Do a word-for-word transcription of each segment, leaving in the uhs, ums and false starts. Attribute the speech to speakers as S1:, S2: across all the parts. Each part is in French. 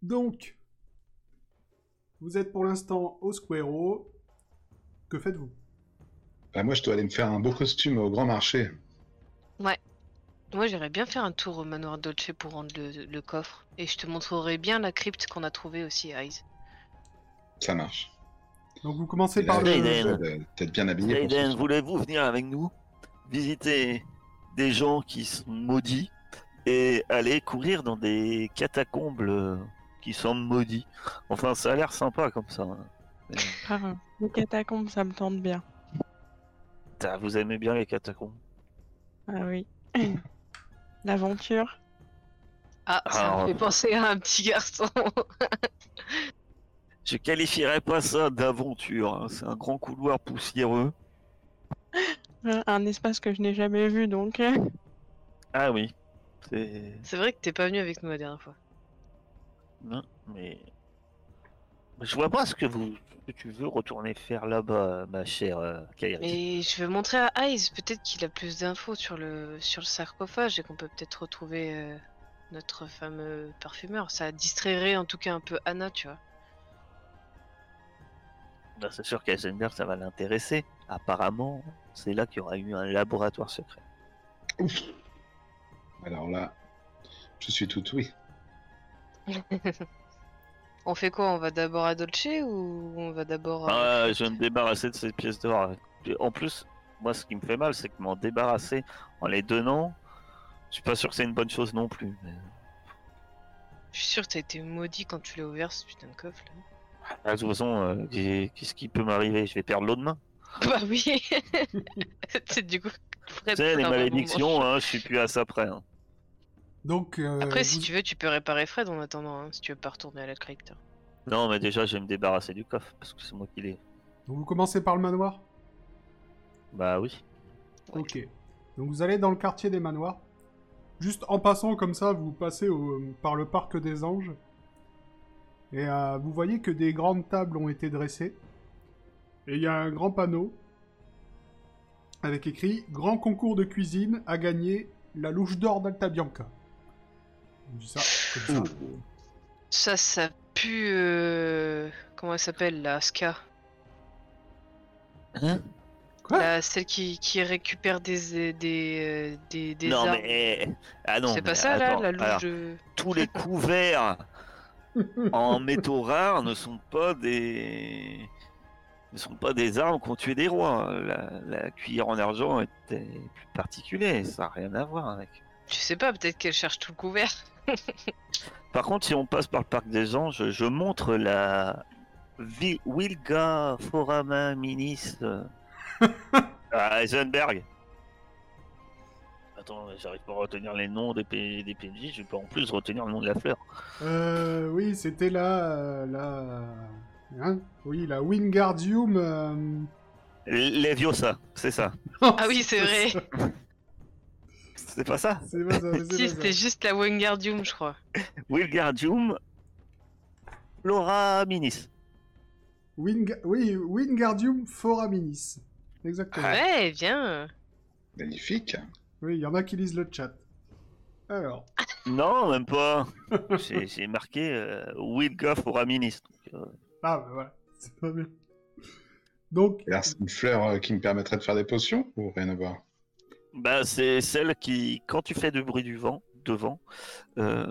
S1: Donc, vous êtes pour l'instant au Squareo. Que faites-vous?
S2: Bah, moi, je dois aller me faire un beau costume au grand marché.
S3: Ouais. Moi, j'irais bien faire un tour au manoir Dolce pour rendre le, le coffre. Et je te montrerai bien la crypte qu'on a trouvée aussi, Eyes.
S2: Ça marche.
S1: Donc vous commencez
S2: Et
S1: par
S2: là,
S1: le...
S2: je dois être bien habillé pour ce
S4: Aiden,
S2: soir.
S4: voulez-vous venir avec nous visiter des gens qui sont maudits et aller courir dans des catacombes euh, qui sont maudits? Enfin, ça a l'air sympa comme ça. hein. Mais,
S5: Ah, les catacombes, ça me tente bien.
S4: putain, vous aimez bien les catacombes?
S5: Ah oui. L'aventure.
S3: Ah, ça
S4: Ah,
S3: me fait penser à un petit garçon.
S4: Je qualifierais pas ça d'aventure. hein. C'est un grand couloir poussiéreux.
S5: Euh, Un espace que je n'ai jamais vu, donc. euh,
S4: Ah oui. C'est.
S3: C'est vrai que t'es pas venu avec nous la dernière fois.
S4: Non, mais. mais Je vois pas ce que vous. ce que tu veux retourner faire là-bas, ma chère euh, Kairi.
S3: Mais je vais montrer à Eyes, peut-être qu'il a plus d'infos sur le sur le sarcophage et qu'on peut peut-être retrouver euh, notre fameux parfumeur. Ça distrairait en tout cas un peu Anna, tu vois.
S4: Ben, c'est sûr qu'Eisenberg, ça va l'intéresser. Apparemment, c'est là qu'il y aura eu un laboratoire secret.
S2: Ouf. Alors là, je suis tout oui.
S3: On fait quoi? On va d'abord à Dolce ou on va d'abord à...
S4: Ah, je vais me débarrasser de ces pièces d'or. En plus, moi, ce qui me fait mal, c'est que m'en débarrasser en les donnant, je suis pas sûr que c'est une bonne chose non plus. mais-
S3: Je suis sûr que t'as été maudit quand tu l'as ouvert ce putain de coffre là.
S4: Ah, de toute façon, euh, qu'est- qu'est-ce qui peut m'arriver? Je vais perdre l'eau demain.
S3: Bah oui. C'est du coup.
S4: Tu sais, les malédictions, hein, je suis plus à ça près. hein.
S1: Donc, euh,
S3: Après, si
S1: vous...
S3: tu veux, tu peux réparer Fred en attendant, hein, si tu veux pas retourner à la crypte.
S4: Non, mais déjà, je vais me débarrasser du coffre parce que c'est moi qui l'ai.
S1: Donc vous commencez par le manoir.
S4: Bah oui.
S3: Ouais.
S1: Ok. Donc vous allez dans le quartier des manoirs. Juste en passant comme ça, vous passez au- par le parc des anges. Et euh, vous voyez que des grandes tables ont été dressées. Et il y a un grand panneau avec écrit « Grand concours de cuisine à gagner la louche d'or d'Alta Bianca ». Je dis ça comme ça.
S3: Ça, ça pue. euh, Comment elle s'appelle la Ska?
S4: Hein?
S1: Quoi?
S3: La- Celle qui, qui récupère des. des. euh, des, des
S4: Non,
S3: arbres.
S4: mais. Ah non,
S3: C'est
S4: mais
S3: pas ça là,
S4: attends,
S3: la louche
S4: alors,
S3: de.
S4: tous les couverts en métaux rares ne sont pas des ne sont pas des armes qui ont tué des rois. La, la cuillère en argent était plus particulier, ça n'a rien à voir avec.
S3: Je sais pas, peut-être qu'elle cherche tout le couvert.
S4: Par contre, si on passe par le parc des anges, je montre la Vi- Wilga Forama Minis euh, à Eisenberg. Attends, j'arrive pas à retenir les noms des, P- des P N J, je peux en plus retenir le nom de la fleur.
S1: Euh, oui, c'était la... euh, la... Hein, oui, la Wingardium... euh,
S4: Leviosa, c'est ça.
S3: Ah oui, c'est vrai.
S1: ça.
S4: C'est pas ça?
S1: C'est pas ça, mais c'est
S3: Si,
S1: pas ça.
S3: c'était juste la Wingardium, je crois.
S4: Wilgardium Flora Minis.
S1: Wing... Oui, Wingardium Foraminis. Exactement.
S3: Ouais, bien.
S2: Magnifique.
S1: Oui, il y en a qui lisent le chat. Alors,
S4: Non, même pas. J'ai j'ai marqué euh, Wilga Flora Minis. Donc, euh,
S1: ah, bah voilà, c'est pas bien. Donc,
S2: Et alors, c'est une fleur euh, qui me permettrait de faire des potions ou rien à voir?
S4: bah, c'est celle qui, quand tu fais du bruit du vent, devant, euh,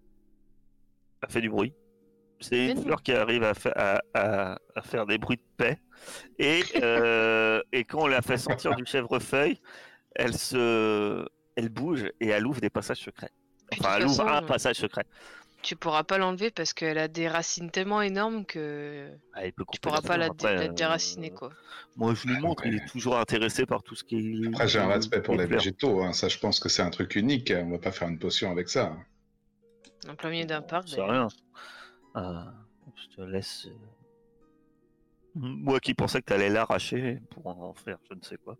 S4: elle fait du bruit. C'est
S3: Mais
S4: une
S3: non.
S4: fleur qui arrive à, fa- à, à- à faire des bruits de paix. Et, euh, et quand on la fait sortir du chèvrefeuille, elle se, elle bouge et elle ouvre des passages secrets.
S3: Puis,
S4: Enfin,
S3: de
S4: elle
S3: toute
S4: ouvre
S3: façon,
S4: un passage secret.
S3: Tu pourras pas l'enlever parce qu'elle a des racines tellement énormes que
S4: Ah, il peut
S3: tu
S4: couper
S3: pourras pas
S4: fleur,
S3: la,
S4: après,
S3: dé- la
S4: euh,
S3: déraciner, quoi.
S4: Moi, je lui montre,
S2: Ouais.
S4: il est toujours intéressé par tout ce qui est.
S2: Après, j'ai un respect pour les
S4: fleurs.
S2: végétaux. Hein. Ça, je pense que c'est un truc unique. On va pas faire une potion avec ça. hein.
S3: En plein milieu d'un parc,
S4: C'est
S3: d'ailleurs.
S4: rien. Euh, je te laisse. euh, Moi qui pensais que t'allais l'arracher pour en faire je ne sais quoi.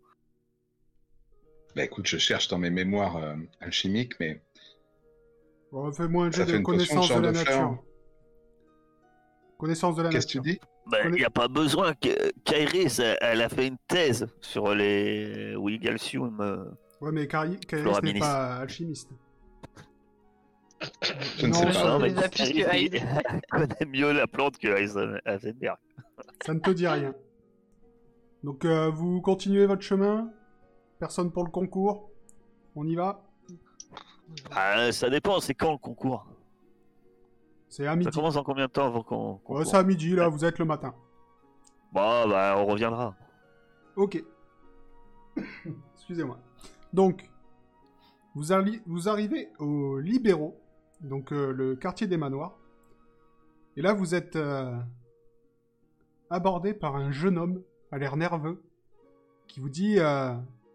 S2: Bah écoute, je cherche dans mes mémoires euh, alchimiques, mais
S1: bon, fais-moi un
S2: Ça
S1: jeu
S2: fait
S1: de
S2: une potion,
S1: connaissance
S2: ce
S1: de la
S2: genre de fleur.
S1: nature. Connaissance de la
S2: qu'est-ce que tu
S1: nature.
S2: dis?
S4: Bah,
S1: Connais-
S4: il n'y a pas besoin que Kairis, elle elle a fait une thèse sur les Wilgalcium. euh.
S1: Ouais, mais Cari- Kairis
S4: Flora
S1: n'est
S4: Minis.
S1: pas alchimiste.
S2: Je ne
S1: Non,
S2: sais
S1: ça-
S2: pas.
S3: Non, mais-
S4: mais
S3: déjà plus que
S4: il
S3: Hyde.
S4: connaît mieux la plante que Heisen- Heisenberg.
S1: Ça ne te dit rien. Donc, euh, vous continuez votre chemin. Personne pour le concours. On y va.
S4: Ah, ça dépend, c'est quand le concours?
S1: C'est à
S4: Ça
S1: midi.
S4: commence dans combien de temps avant qu'on qu'on
S1: Ouais,
S4: court?
S1: c'est à midi, là, vous êtes le matin.
S4: Bon, bah, on reviendra.
S1: Ok. Excusez-moi. Donc, vous, arri- vous arrivez aux Libéraux, donc euh, le quartier des manoirs. Et là, vous êtes euh, abordé par un jeune homme à l'air nerveux qui vous dit euh,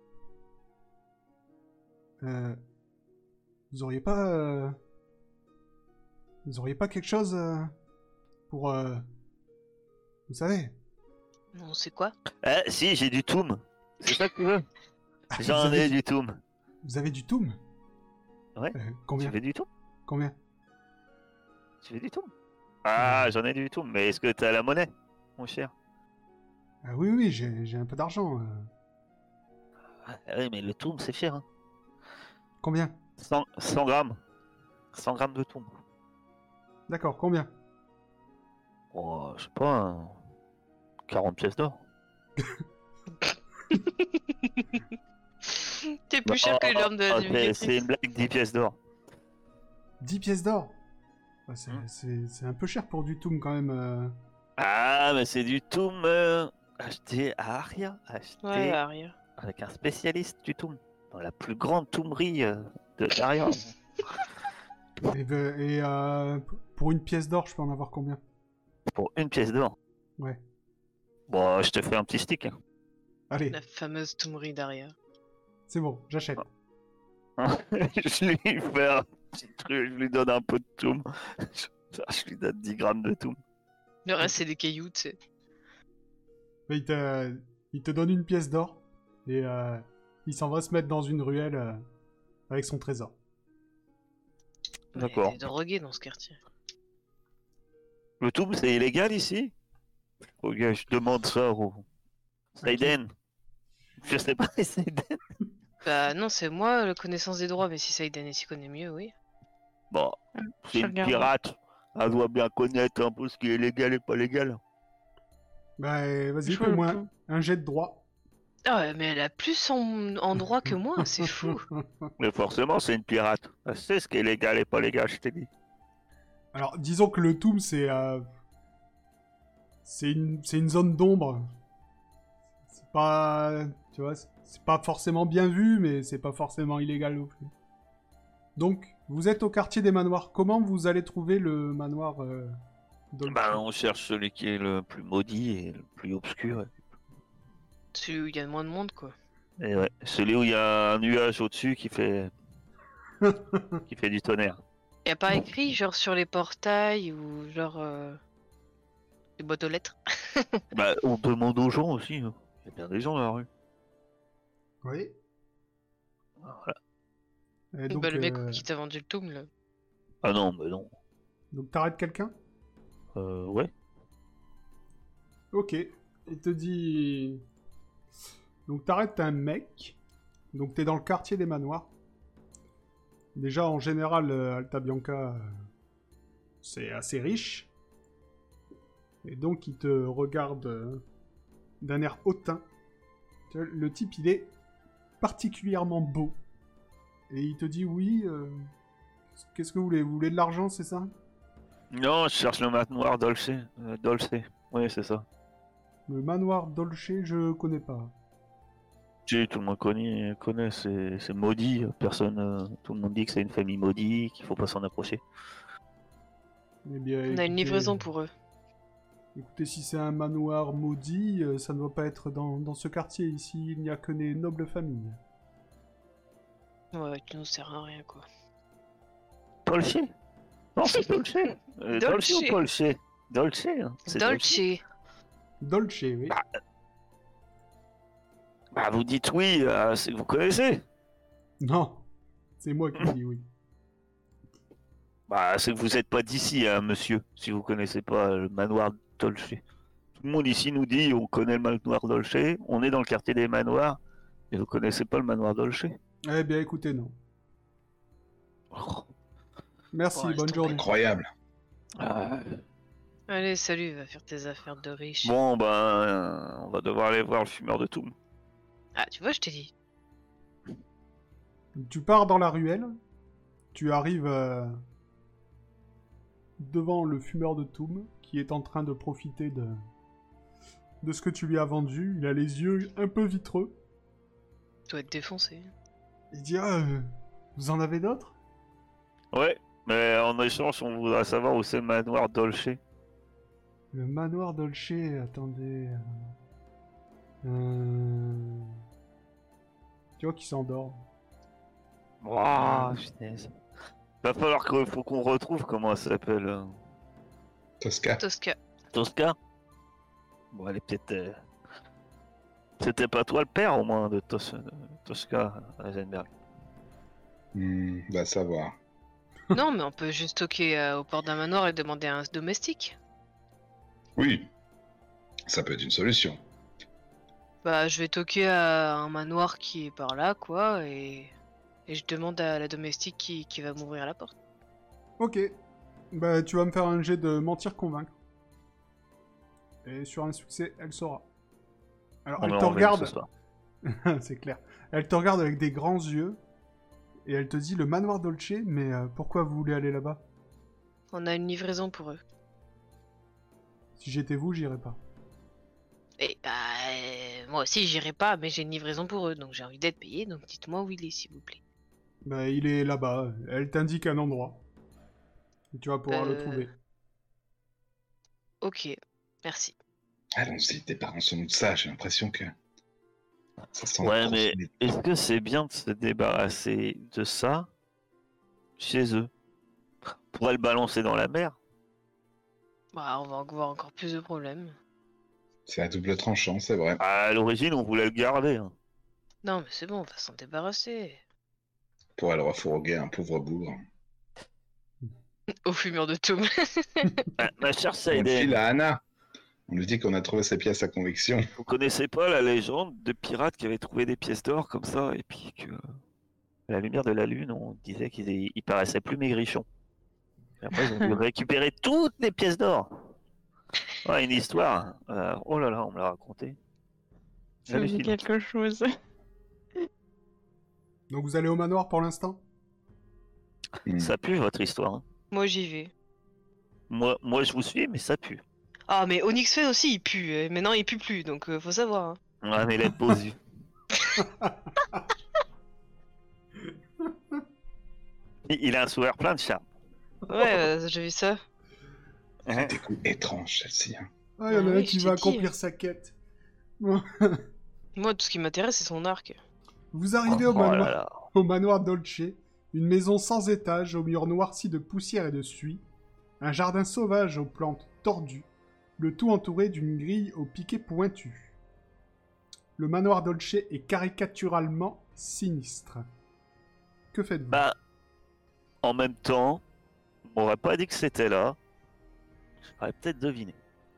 S1: euh, Vous auriez pas... euh, vous auriez pas quelque chose euh, pour... euh, vous savez...
S3: Non, c'est quoi?
S4: Eh, si, j'ai du toum. C'est ça que tu veux?
S1: Ah, vous,
S4: J'en
S1: avez
S4: ai
S1: du...
S4: du toum.
S1: vous avez du toum
S4: Ouais.
S1: Euh,
S4: Tu
S1: combien
S4: veux du toum?
S1: Combien
S4: Tu veux du toum? Ah, j'en ai du toum, mais est-ce que t'as la monnaie, mon cher?
S1: Ah oui, oui, j'ai j'ai un peu d'argent. euh.
S4: Ah, oui, mais le toum, c'est cher, hein.
S1: Combien
S4: cent, cent grammes. cent grammes de toum.
S1: D'accord, combien
S4: Oh, je sais pas, hein, quarante pièces d'or.
S3: T'es plus cher que l'homme de la
S4: Ah, c'est-
S3: navigatrice.
S4: c'est une blague, dix pièces d'or.
S1: dix pièces d'or. Ouais, c'est
S4: Hmm.
S1: c'est- c'est un peu cher pour du toum quand même. euh.
S4: Ah, mais c'est du toum euh, acheté à Aria, acheté
S3: Ouais, Aria.
S4: avec un spécialiste du toum, dans la plus grande toumerie euh, de d'Aria.
S1: Et, be- et, euh, p- pour une pièce d'or, je peux en avoir combien
S4: Pour une pièce d'or.
S1: Ouais.
S4: Bon, je te fais un petit stick. hein.
S1: Allez,
S3: La fameuse toumerie d'Aria.
S1: c'est bon, j'achète.
S4: je lui fais un petit truc, je lui donne un peu de toum. Je, je lui donne dix grammes de toum.
S3: Le reste, c'est des cailloux, tu sais.
S1: Mais il, te... il te donne une pièce d'or et euh, il s'en va se mettre dans une ruelle euh, avec son trésor.
S4: D'accord.
S3: Il y a des drogués dans ce quartier.
S4: Le toum, c'est illégal ici? Ok, je demande ça au Saiden. Je sais pas, Saiden.
S3: Bah non, c'est moi le connaissance des droits, mais si Saïden s'y connaît mieux, oui.
S4: Bon, c'est
S5: je
S4: une
S5: regarde.
S4: pirate. Elle doit bien connaître un peu ce qui est légal et pas légal.
S1: Bah, euh, vas-y,
S5: Je
S1: fais-moi
S5: peux.
S1: un, un jet de droit.
S3: Ah ouais, mais elle a plus en, en droit que moi, c'est fou.
S4: Mais forcément, c'est une pirate. Elle sait ce qui est légal et pas légal, je t'ai dit.
S1: Alors, disons que le toum, c'est... euh, C'est une... c'est une zone d'ombre. C'est pas... Tu vois, c'est- c'est pas forcément bien vu, mais c'est pas forcément illégal non plus. Donc, vous êtes au quartier des manoirs. Comment vous allez trouver le manoir euh, Dolce
S4: Bah, on cherche celui qui est le plus maudit et le plus obscur.
S3: Celui où il y a moins de monde, quoi.
S4: Et ouais, celui où il y a un nuage au-dessus qui fait qui fait du tonnerre.
S3: Y a pas écrit, genre sur les portails ou genre. Euh... les boîtes aux lettres?
S4: Bah, on demande aux gens aussi. hein. Il y a bien des gens dans la rue.
S1: Oui.
S4: Voilà.
S1: Et donc,
S3: Bah, le mec
S1: euh,
S3: qui t'a vendu le tome, là.
S4: Ah non, mais non.
S1: donc t'arrêtes quelqu'un
S4: Euh, ouais.
S1: Ok. Il te dit... Donc t'arrêtes un mec. Donc t'es dans le quartier des manoirs. Déjà, en général, euh, Alta Bianca, euh, c'est assez riche. Et donc il te regarde euh, d'un air hautain. Tu vois, le type, il est particulièrement beau. Et il te dit oui. euh, Qu'est-ce que vous voulez Vous voulez de l'argent, c'est ça?
S4: Non, je cherche le manoir Dolce. Euh, Dolce. Oui, c'est ça.
S1: Le manoir Dolce, je connais pas.
S4: Si, tout le monde connaît, connaît c'est c'est maudit. Personne, euh, tout le monde dit que c'est une famille maudite, qu'il faut pas s'en approcher.
S1: Eh bien,
S3: On a une
S1: écoutez,
S3: livraison pour eux.
S1: Écoutez, si c'est un manoir maudit, euh, ça ne doit pas être dans, dans ce quartier. Ici, il n'y a que des nobles familles.
S3: Ouais, qui nous sert à rien, quoi.
S4: Dolce? Non, c'est Dolce. Euh, Dolce ou
S3: Dolce.
S4: Dolce? Dolce, hein, c'est
S3: Dolce.
S1: Dolce, oui.
S4: Bah, Bah, vous dites oui, euh, c'est que vous connaissez.
S1: Non, c'est moi qui dis oui.
S4: Bah, c'est que vous n'êtes pas d'ici, hein, monsieur, si vous connaissez pas le manoir Dolce. Tout le monde ici nous dit on connaît le manoir Dolce, on est dans le quartier des manoirs, et vous connaissez pas le manoir Dolce.
S1: Eh bien, écoutez, non.
S4: Oh.
S1: Merci,
S3: Ouais,
S1: bonne
S3: c'est
S1: journée.
S2: Incroyable.
S4: Ah.
S3: Allez, salut, va faire tes affaires de riche.
S4: Bon, ben, euh, on va devoir aller voir le fumeur de Toum.
S3: Ah, tu vois, je t'ai dit.
S1: Tu pars dans la ruelle, tu arrives euh, devant le fumeur de Toum, qui est en train de profiter de, de ce que tu lui as vendu. Il a les yeux un peu vitreux.
S3: Tu dois être défoncé.
S1: Il dit ah, euh, vous en avez d'autres?
S4: Ouais, mais en échange, on voudrait savoir où c'est le manoir Dolce.
S1: Le manoir Dolce, attendez. euh, euh, Tu vois qu'il s'endort.
S4: Wouah, punaise. Va falloir qu'il faut qu'on retrouve comment elle s'appelle. euh,
S2: Tosca.
S3: Tosca.
S4: Tosca. Bon, elle est peut-être. euh, C'était pas toi le père au moins de, Tos... de Tosca Heisenberg.
S2: Hmm, va savoir.
S3: Non, mais on peut juste toquer euh, au port d'un manoir et demander à un domestique.
S2: Oui, ça peut être une solution.
S3: Bah, je vais toquer à un manoir qui est par là, quoi, et, et je demande à la domestique qui, qui va m'ouvrir la porte.
S1: Ok. Bah, tu vas me faire un jet de mentir-convaincre. Et sur un succès, elle saura. Alors,
S4: On
S1: elle
S4: est
S1: te
S4: en veille
S1: regarde.
S4: ce soir.
S1: C'est clair. Elle te regarde avec des grands yeux. Et elle te dit le manoir Dolce, mais euh, pourquoi vous voulez aller là-bas?
S3: On a une livraison pour eux.
S1: Si j'étais vous, j'irais pas.
S3: Et bah, euh, moi aussi, j'irai pas, mais j'ai une livraison pour eux, donc j'ai envie d'être payé, donc dites-moi où il est, s'il vous plaît.
S1: Bah, il est là-bas. Elle t'indique un endroit. Et tu vas pouvoir le
S3: Euh,
S1: trouver.
S3: Ok, merci.
S2: Allons-y, tes parents sont de ça, j'ai l'impression que ça sent
S4: Ouais,
S2: la grosse
S4: mais
S2: merde.
S4: est-ce que c'est bien de se débarrasser de ça chez eux? On pourrait le balancer dans la mer.
S3: Bah, on va avoir encore plus de problèmes.
S2: C'est à double tranchant, c'est vrai.
S4: À l'origine, on voulait le garder. hein.
S3: Non, mais c'est bon, on va s'en débarrasser.
S2: Pour aller refourguer un pauvre bourg.
S3: Au fumeur de tout.
S4: Ah, ma chère
S2: On le
S4: Saïden,
S2: file à Anna. On lui dit qu'on a trouvé ses pièces à conviction.
S4: vous connaissez pas la légende de pirates qui avaient trouvé des pièces d'or comme ça et puis que à la lumière de la lune, on disait qu'ils ils paraissaient plus maigrichons. Et après, ils ont dû récupérer toutes les pièces d'or. Ouais, une histoire. euh, oh là là, on me l'a raconté.
S5: Ça me dit
S4: Hallucinant.
S5: quelque chose.
S1: Donc vous allez au manoir pour l'instant?
S2: Hmm.
S4: Ça pue votre histoire. hein.
S3: Moi, j'y vais.
S4: Moi, moi, je vous suis, mais ça pue.
S3: Ah, mais Onyx fait aussi, il pue. euh, Maintenant, il pue plus, donc euh, faut savoir. hein.
S4: Ouais, mais il a de beaux yeux. Il il a un sourire plein de charme.
S3: Ouais, euh, j'ai vu ça.
S4: Hein.
S2: Des coups étranges, celle-ci. hein.
S1: Ah, il y en a
S3: Ah
S1: un
S3: oui,
S1: qui
S3: je
S1: va
S3: t'ai dit.
S1: accomplir sa quête.
S3: Moi, tout ce qui m'intéresse, c'est son arc.
S1: Vous arrivez au
S4: Oh là
S1: manoir,
S4: là.
S1: au manoir Dolce, une maison sans étage, aux murs noircis de poussière et de suie, un jardin sauvage aux plantes tordues, le tout entouré d'une grille au piquet pointu. Le manoir Dolce est caricaturalement sinistre. Que faites-vous?
S4: Bah, en même temps, on m'aurait pas dit que c'était là. J'aurais peut-être deviné.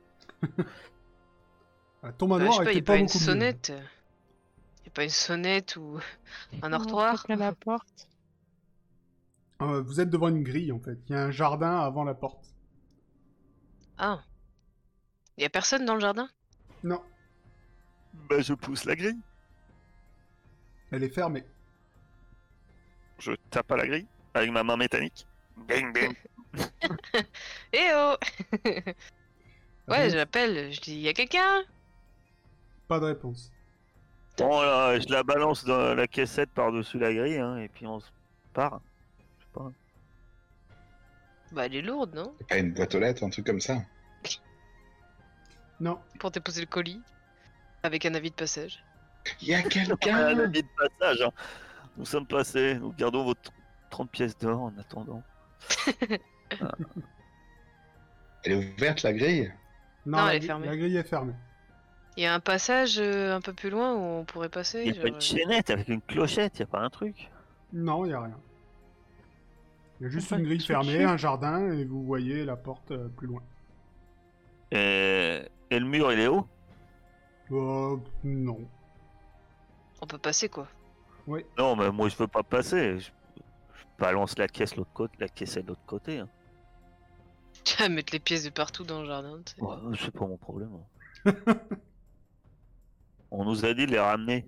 S1: Ah, ton
S3: Euh, je
S1: manoir
S3: sais pas,
S1: était
S3: y a
S1: pas,
S3: pas une
S1: beaucoup mieux.
S3: sonnette. Y a pas une sonnette ou un
S5: Non,
S3: dortoir.
S5: toque à la porte.
S1: Euh, vous êtes devant une grille en fait. Il y a un jardin avant la porte.
S3: Ah. Y a personne dans le jardin?
S1: Non,
S4: Bah, je pousse la grille.
S1: elle est fermée.
S4: Je tape à la grille avec ma main mécanique. Bing, bing.
S3: Eh oh Ouais,
S1: Rien-
S3: j'appelle, je dis, y a quelqu'un?
S1: Pas de réponse.
S4: Bon, là, je la balance dans la caissette par-dessus la grille, hein, et puis on se part. Je sais pas.
S3: Bah, elle est lourde, non?
S2: Pas une boîte aux lettres, un truc comme ça.
S1: Non.
S3: Pour déposer le colis. Avec un avis de passage.
S2: Il y a
S4: Ah,
S2: quelqu'un.
S4: la vie de passage. hein. Nous sommes passés. Nous gardons vos trente pièces d'or en attendant.
S2: Elle est ouverte, la grille.
S1: Non,
S3: Non,
S1: la,
S3: elle est
S1: gri-
S3: fermée.
S1: la grille est fermée.
S3: Y a un passage euh, un peu plus loin où on pourrait passer.
S4: Il y a pas
S3: genre,
S4: une chaînette avec une clochette, il y a pas un truc.
S1: Non, il y a rien. Il y a juste
S5: Pas
S1: une
S5: de
S1: grille
S5: souci.
S1: fermée, un jardin, et vous voyez la porte euh, plus loin.
S4: Et... et le mur, il est haut.
S1: Euh, non.
S3: On peut passer, quoi.
S1: Oui.
S4: Non, mais moi je veux pas passer. Je, je balance la caisse l'autre côté, la caisse est de l'autre côté. Hein.
S3: Tu vas mettre les pièces de partout dans le jardin. Tu sais.
S4: Ouais, c'est pas mon problème. Hein. On nous a dit de les ramener.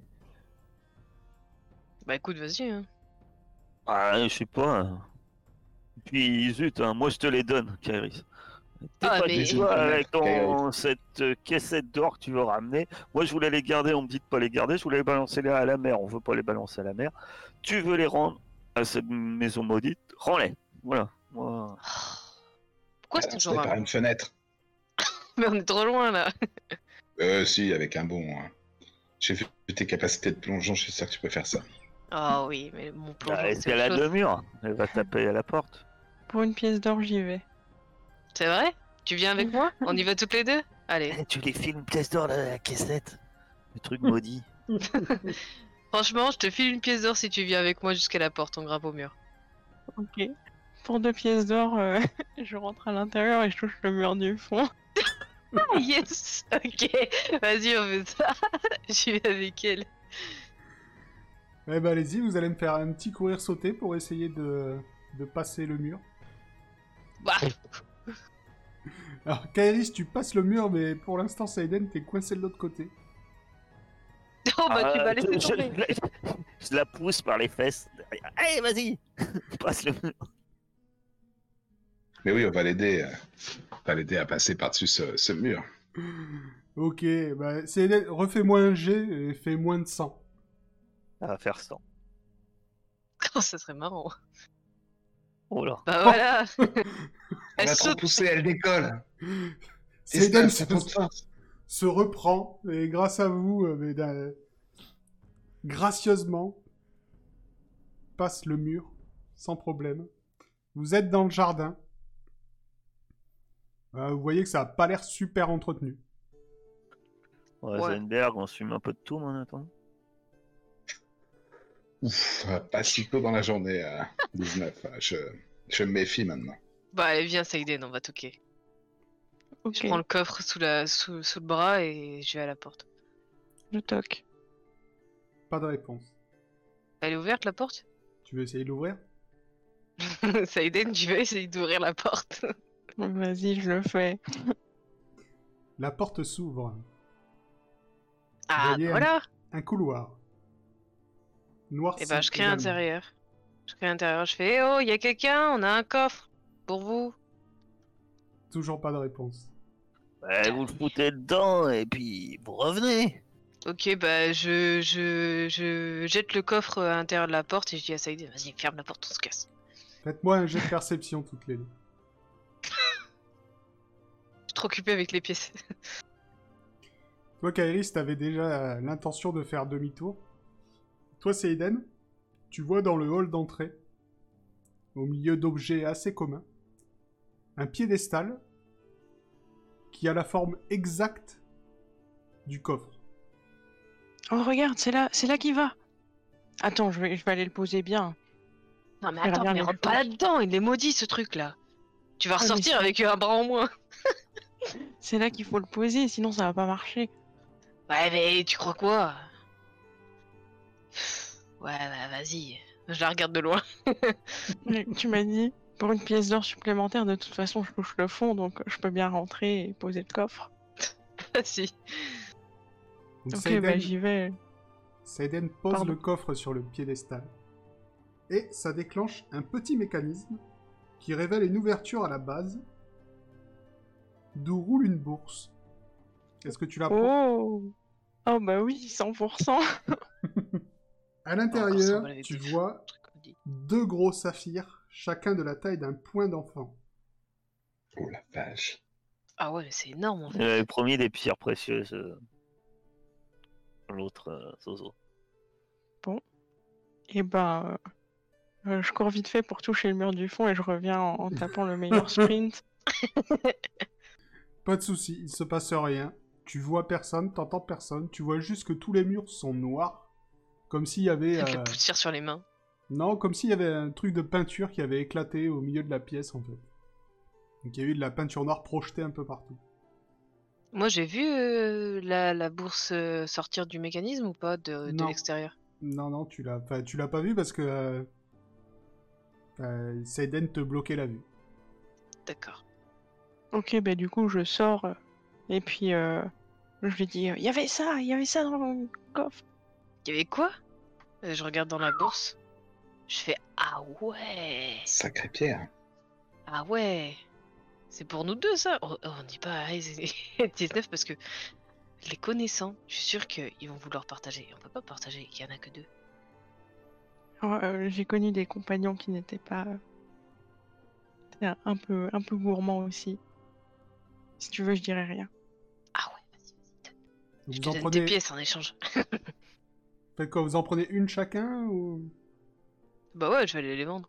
S3: Bah écoute, vas-y. Hein.
S4: Ah, je sais pas. Hein. Puis zut, hein, moi je te les donne, Kairis. T'es
S3: Ah,
S4: pas
S3: mais-
S4: du tout avec ton... cette euh, caissette d'or que tu veux ramener. Moi je voulais les garder, on me dit de pas les garder, je voulais les balancer à la mer, on veut pas les balancer à la mer. Tu veux les rendre à cette maison maudite, rends-les. Voilà. Moi...
S3: Pourquoi c'est
S2: Alors,
S3: toujours
S2: par
S3: un...
S2: une fenêtre.
S3: Mais on est trop loin là.
S2: Euh, si, avec un bon. Hein. J'ai vu tes capacités de plongeon, je suis sûr que tu peux faire ça.
S3: Ah oui, mais mon plongeon,
S4: Bah, est-ce
S3: c'est
S4: qu'elle a
S3: autre
S4: deux
S3: chose.
S4: murs? Elle va taper à la porte.
S5: Pour une pièce d'or, j'y vais.
S3: C'est vrai? Tu viens avec moi? On y va toutes les deux? Allez.
S4: Eh, tu les files une pièce d'or là, la caissette. Le truc maudit.
S3: Franchement, je te file une pièce d'or si tu viens avec moi jusqu'à la porte, on grimpe au mur.
S5: Ok. Pour deux pièces d'or, euh, je rentre à l'intérieur et je touche le mur du fond.
S3: Ah, yes! Ok, vas-y, on fait ça. J'y vais avec elle.
S1: Eh ben allez-y, vous allez me faire un petit courir sauter pour essayer de, de passer le mur.
S3: Bah,
S1: Alors Kairis, tu passes le mur, mais pour l'instant, Saiden, t'es coincé de l'autre côté.
S3: oh bah tu
S4: Ah,
S3: vas laisser
S4: je,
S3: tomber.
S4: je- je la pousse par les fesses. derrière. Allez, vas-y. Passe le mur.
S2: Mais oui, on va l'aider. euh, On va l'aider à passer par-dessus ce, ce mur.
S1: Ok, bah Saiden, refais-moi un jet et fais moins de cent.
S4: Ça va faire cent.
S3: Oh, ça serait marrant.
S4: Oh là.
S3: Bah voilà.
S2: Elle
S3: Elle
S2: va trop
S3: saute.
S2: pousser, elle décolle.
S1: Saiden
S2: ça
S1: se,
S2: prend de force.
S1: se reprend, et grâce à vous, euh, mais d'un- gracieusement, passe le mur, sans problème. Vous êtes dans le jardin. Euh, vous voyez que ça a pas l'air super entretenu.
S4: Ouais,
S3: Ouais.
S4: Zenberg, on fume un peu de tout, moi, en attendant.
S2: Ouf, pas si tôt dans la journée, euh, dix-neuf. euh, Je, je me méfie maintenant.
S3: Bah allez, viens, Saïden, on va toquer.
S5: Ok,
S3: Je prends le coffre sous, la... sous... sous le bras et je vais à la porte.
S5: je toque.
S1: Pas de réponse.
S3: Elle est ouverte la porte?
S1: Tu veux essayer de l'ouvrir?
S3: Saïden, tu vas essayer d'ouvrir la porte.
S5: Vas-y, je le fais.
S1: La porte s'ouvre.
S3: Ah,
S1: voyez
S3: bah voilà.
S1: Un couloir. Noir.
S3: Et bah je crie à l'intérieur. Je crie à l'intérieur, je fais oh, y a quelqu'un, on a un coffre pour vous.
S1: Toujours pas de réponse.
S4: Ouais, vous le foutez dedans et puis vous revenez.
S3: Ok, bah je, je, je jette le coffre à l'intérieur de la porte et je dis à Saïden, vas-y, ferme la porte, on se casse.
S1: Faites-moi un jet de perception toutes les deux.
S3: Je suis trop occupé avec les pièces.
S1: Toi, Kairis, t'avais déjà euh, l'intention de faire demi-tour. Toi, Seiden, tu vois dans le hall d'entrée, au milieu d'objets assez communs, un piédestal qui a la forme exacte du coffre.
S5: Oh, regarde, c'est là, c'est là qu'il va. Attends, je vais, je vais aller le poser bien.
S3: Non mais
S5: Faire
S3: attends,
S5: bien
S3: mais
S5: les
S3: rentre pas
S5: choses.
S3: là-dedans, il est maudit ce truc là. Tu vas
S5: Ah, mais
S3: ressortir
S5: c'est-
S3: avec un bras en moins.
S5: C'est là qu'il faut le poser, sinon ça va pas marcher.
S3: Ouais mais tu crois quoi? Ouais bah vas-y, je la regarde de loin.
S5: Mais tu m'as dit, pour une pièce d'or supplémentaire, de toute façon, je touche le fond, donc je peux bien rentrer et poser le coffre.
S3: Vas-y.
S1: Donc,
S5: Ok,
S1: Seiden,
S5: bah j'y vais.
S1: Seiden pose
S5: Pardon.
S1: le coffre sur le piédestal. Et ça déclenche un petit mécanisme qui révèle une ouverture à la base, d'où roule une bourse. Est-ce que tu la prends?
S5: Oh Oh bah oui, cent pour cent.
S1: À
S3: Encore
S1: l'intérieur,
S3: s'emballer
S1: tu
S3: des
S1: vois
S3: trucs maudits.
S1: deux gros saphirs, chacun de la taille d'un point d'enfant.
S2: Oh la vache.
S3: Ah ouais mais c'est énorme en fait.
S4: Il avait promis des pierres précieuses. euh, L'autre euh, Zozo.
S5: Et ben, euh, euh, je cours vite fait pour toucher le mur du fond et je reviens en, en tapant le meilleur sprint.
S1: Pas de souci, il se passe rien. Tu vois personne, t'entends personne. Tu vois juste que tous les murs sont noirs, comme s'il y avait,
S3: Avec la
S1: euh,
S3: poussière sur les mains.
S1: non, comme s'il y avait un truc de peinture qui avait éclaté au milieu de la pièce en fait. Donc il y a eu de la peinture noire projetée un peu partout.
S3: Moi j'ai vu euh, la, la bourse euh, sortir du mécanisme ou pas de, de
S1: Non.
S3: l'extérieur?
S1: Non, non, tu l'as, enfin, tu l'as pas vu parce que euh, Euh, Seiden te bloquait la vue.
S3: D'accord.
S5: Ok, bah du coup, je sors euh, et puis euh, je lui dis, il y avait ça, il y avait ça dans mon coffre.
S3: Il y avait quoi? Euh, Je regarde dans la bourse. Je fais ah ouais,
S2: Sacré Pierre.
S3: ah ouais. C'est pour nous deux ça. On, on dit pas à Ace et dix-neuf parce que les connaissant, je suis sûr qu'ils vont vouloir partager. On peut pas partager, il y en a que deux.
S5: Alors, euh, j'ai connu des compagnons qui n'étaient pas euh, étaient un, un peu un peu gourmands aussi. Si tu veux, je dirais rien.
S3: Ah ouais, vas-y, vas-y.
S1: Donc
S3: Je
S1: vous
S3: te
S1: en
S3: donne
S1: prenez...
S3: des pièces en échange.
S1: Faites quoi, vous en prenez une chacun ou...
S3: Bah ouais, je vais aller les vendre.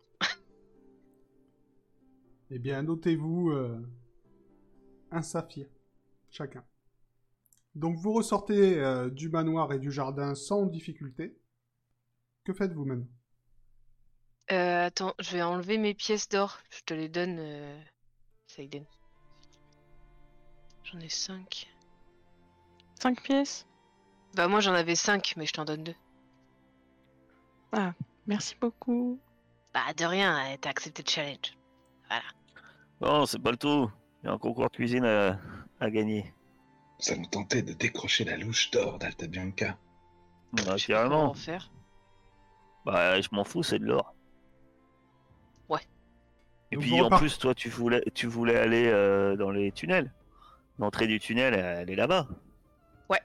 S1: Eh bien, notez-vous euh, un saphir, chacun. Donc vous ressortez euh, du manoir et du jardin sans difficulté. Que faites-vous maintenant?
S3: Euh, attends, je vais enlever mes pièces d'or. Je te les donne, euh... Seiden. J'en ai cinq.
S5: Cinq pièces?
S3: Bah moi j'en avais cinq, mais je t'en donne deux.
S5: Ah, merci beaucoup.
S3: Bah de rien, t'as accepté le challenge. Voilà.
S4: Non, c'est pas le tout. Il y a un concours de cuisine à, à gagner.
S2: Ça nous tentait de décrocher la louche d'or d'Alta Bianca.
S4: Bah,
S3: Je sais pas comment
S4: carrément.
S3: en faire.
S4: Bah, je m'en fous, c'est de l'or.
S3: Ouais.
S4: Et
S1: Donc,
S4: puis
S1: vous
S4: en
S1: repart-
S4: plus, toi, tu voulais, tu voulais aller euh, dans les tunnels. L'entrée du tunnel, elle est là-bas.
S1: Ouais.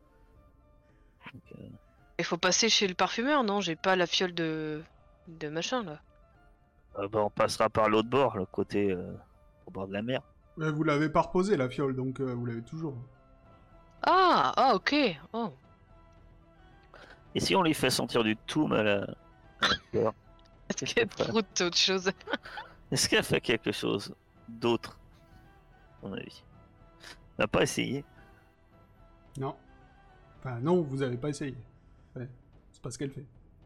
S3: Il faut passer chez le parfumeur, non? J'ai pas la fiole de... de machin là.
S4: Euh, bah, on passera par l'autre bord, le côté euh, au bord de la mer.
S1: Euh, vous l'avez pas reposé la fiole, donc euh, vous l'avez toujours.
S3: Ah, ah ok. Oh.
S4: Et si on lui fait sentir du toum à la, à la fleur,
S3: Est-ce
S4: Qu'est-ce
S3: qu'elle
S4: qu'on fait
S3: proute autre chose?
S4: est-ce qu'elle fait quelque chose d'autre, à mon avis? On n'a pas essayé.
S1: Non. Enfin, non, vous avez pas essayé. Ouais, c'est pas ce qu'elle fait.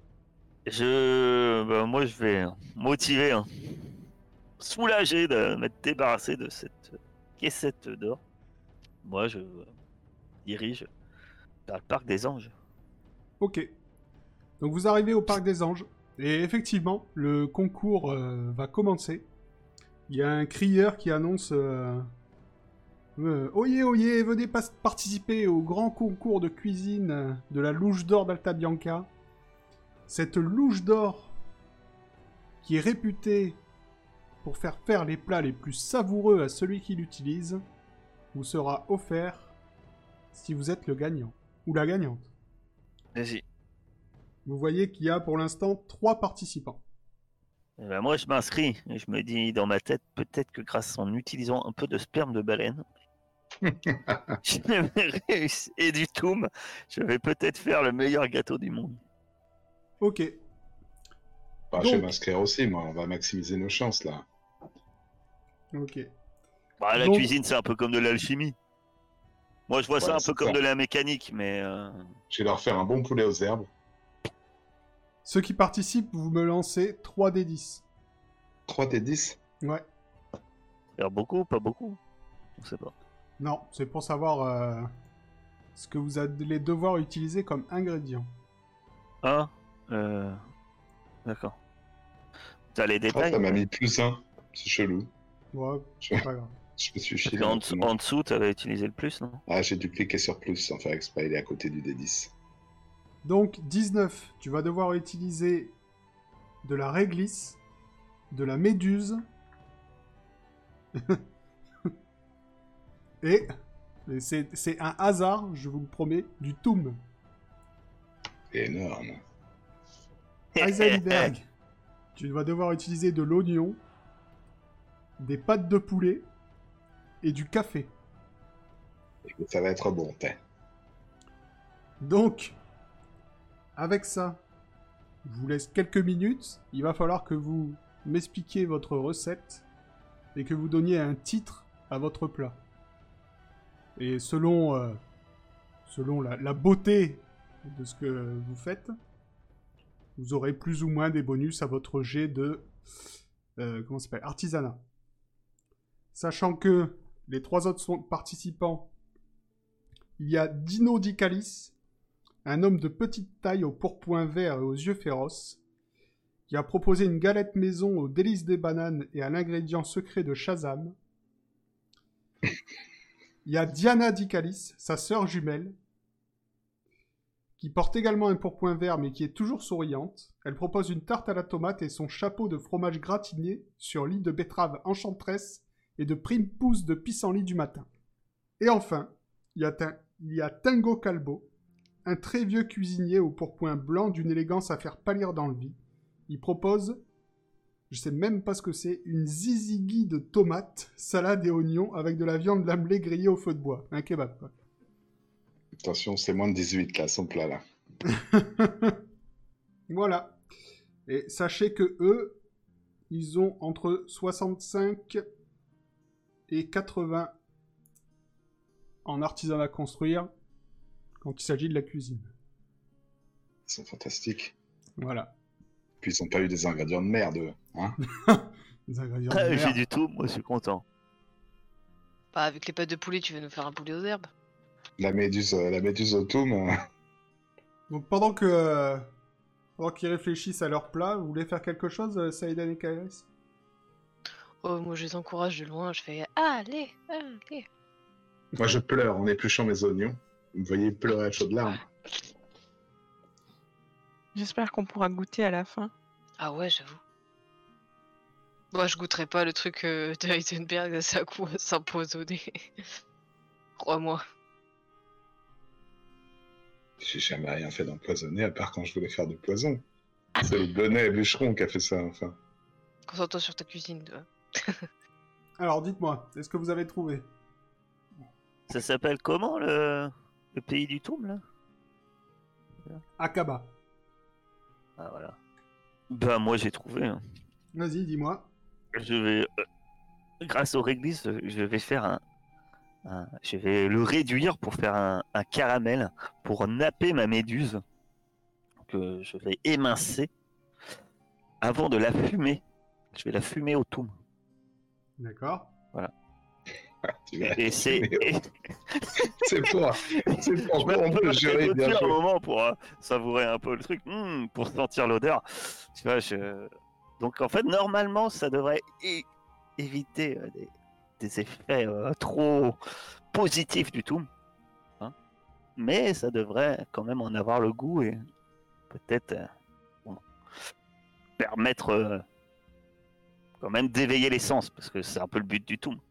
S4: Je, bah, moi, je vais hein, motiver, hein, soulagé de m'être débarrassé de cette caissette d'or. Moi, je euh, dirige vers le parc des anges.
S1: Ok. Donc vous arrivez au Parc des Anges, et effectivement, le concours euh, va commencer. Il y a un crieur qui annonce euh, euh, Oyez, oyez, venez pas participer au grand concours de cuisine euh, de la louche d'or d'Alta Bianca. Cette louche d'or, qui est réputée pour faire faire les plats les plus savoureux à celui qui l'utilise, vous sera offert si vous êtes le gagnant, ou la gagnante.
S4: Vas-y.
S1: Vous voyez qu'il y a pour l'instant trois participants.
S4: Eh ben, moi, je m'inscris. Et je me dis dans ma tête, peut-être que grâce en utilisant un peu de sperme de baleine, je vais réussir- et du toum, je vais peut-être faire le meilleur gâteau du monde.
S1: Ok.
S2: Bah, je vais
S1: Donc-
S2: m'inscrire aussi, moi. On va maximiser nos chances, là.
S1: Ok.
S4: Bah, la
S1: Donc-
S4: cuisine, c'est un peu comme de l'alchimie. Moi, je vois ça
S2: Ouais,
S4: un
S2: c'est
S4: peu comme
S2: ça.
S4: de la mécanique, mais euh,
S2: Je vais leur faire un bon poulet aux herbes.
S1: Ceux qui participent, vous me lancez trois d dix.
S2: trois T dix.
S1: Ouais.
S4: faire beaucoup, pas beaucoup. On sait pas.
S1: Non, c'est pour savoir euh, ce que vous allez devoir utiliser comme ingrédient.
S4: Ah, euh... d'accord. T'as les
S2: Ah,
S4: détails?
S2: ça m'a mis plus un. C'est chelou.
S1: Ouais,
S2: Je,
S1: c'est pas grave.
S2: je me suis
S4: Parce
S2: chié.
S4: qu'en
S2: là,
S4: dessous,
S2: maintenant.
S4: en dessous, t'avais utilisé le plus, non?
S2: Ah, j'ai dû cliquer sur plus sans faire exprès. Il est à côté du D dix.
S1: Donc, dix-neuf, tu vas devoir utiliser de la réglisse, de la méduse, et, et c'est c'est un hasard, je vous le promets, du toum.
S2: C'est énorme.
S1: Heisenberg, tu vas devoir utiliser de l'oignon, des pâtes de poulet et du café.
S2: Écoute, ça va être bon, t'es.
S1: Donc, avec ça, je vous laisse quelques minutes. Il va falloir que vous m'expliquiez votre recette et que vous donniez un titre à votre plat. Et selon, euh, selon la, la beauté de ce que vous faites, vous aurez plus ou moins des bonus à votre jet de euh, comment ça s'appelle, artisanat. Sachant que les trois autres sont participants, il y a Dino Di Calis, un homme de petite taille au pourpoint vert et aux yeux féroces, qui a proposé une galette maison aux délices des bananes et à l'ingrédient secret de Shazam. Il y a Diana Dicalis, sa sœur jumelle, qui porte également un pourpoint vert mais qui est toujours souriante. Elle propose une tarte à la tomate et son chapeau de fromage gratiné sur lit de betterave enchanteresse et de prime pousse de pissenlit du matin. Et enfin, il y a, ta- il y a Tingo Calbo, un très vieux cuisinier au pourpoint blanc d'une élégance à faire pâlir dans le vide. Il propose, je sais même pas ce que c'est, une zizigui de tomates, salade et oignons avec de la viande lamblée grillée au feu de bois. Un kebab, quoi.
S2: Attention, c'est moins de dix-huit là, son plat là.
S1: Voilà. Et sachez que eux, ils ont entre soixante-cinq et quatre-vingts en artisanat à construire quand il s'agit de la cuisine.
S2: Ils sont fantastiques.
S1: Voilà.
S2: Puis ils ont pas eu des ingrédients de merde, eux, hein.
S1: Les ingrédients de
S4: Ah,
S1: merde.
S4: j'ai du tout, moi je suis content.
S3: Bah, avec les pâtes de poulet, tu vas nous faire un poulet aux herbes.
S2: La méduse, euh, la méduse au toum, euh,
S1: Donc pendant que euh, pendant qu'ils réfléchissent à leur plat, vous voulez faire quelque chose, euh, Saïdan et Kairis?
S3: Oh, moi, je les encourage de loin. Je fais allez, allez.
S2: moi je pleure en épluchant mes oignons. Vous me voyez pleurer à chaudes larmes.
S5: J'espère qu'on pourra goûter à la fin.
S3: Ah ouais, j'avoue. Moi, je goûterai pas le truc euh, de Heisenberg, ça a coup à s'empoisonner. Crois-moi.
S2: J'ai jamais rien fait d'empoisonné à part quand je voulais faire du poison. C'est le bonnet bûcheron qui a fait ça, enfin.
S3: Concentre-toi sur ta cuisine, toi.
S1: Alors dites-moi, est-ce que vous avez trouvé?
S4: Ça s'appelle comment le, le pays du Toum là?
S1: Akaba.
S4: Ah voilà. Bah moi j'ai trouvé. hein.
S1: Vas-y, dis-moi.
S4: Je vais, euh, grâce au réglisse, je vais faire un, un- je vais le réduire pour faire un, un caramel pour napper ma méduse que je vais émincer avant de la fumer. Je vais la fumer au Toum.
S1: D'accord.
S2: Tu vas-
S4: Et c'est
S2: Mais
S4: et-
S2: C'est pour, c'est pour
S4: je mets un
S2: corrompre
S4: peu
S2: le jury, bien
S4: au-dessus un
S2: joué.
S4: moment pour euh, savourer un peu le truc, hmm, pour sentir l'odeur. Tu vois, je... Donc en fait, normalement, ça devrait é- éviter euh, des, des effets euh, trop positifs du tout. hein. Mais ça devrait quand même en avoir le goût et peut-être euh, bon, permettre euh, quand même d'éveiller les sens, parce que c'est un peu le but du tout.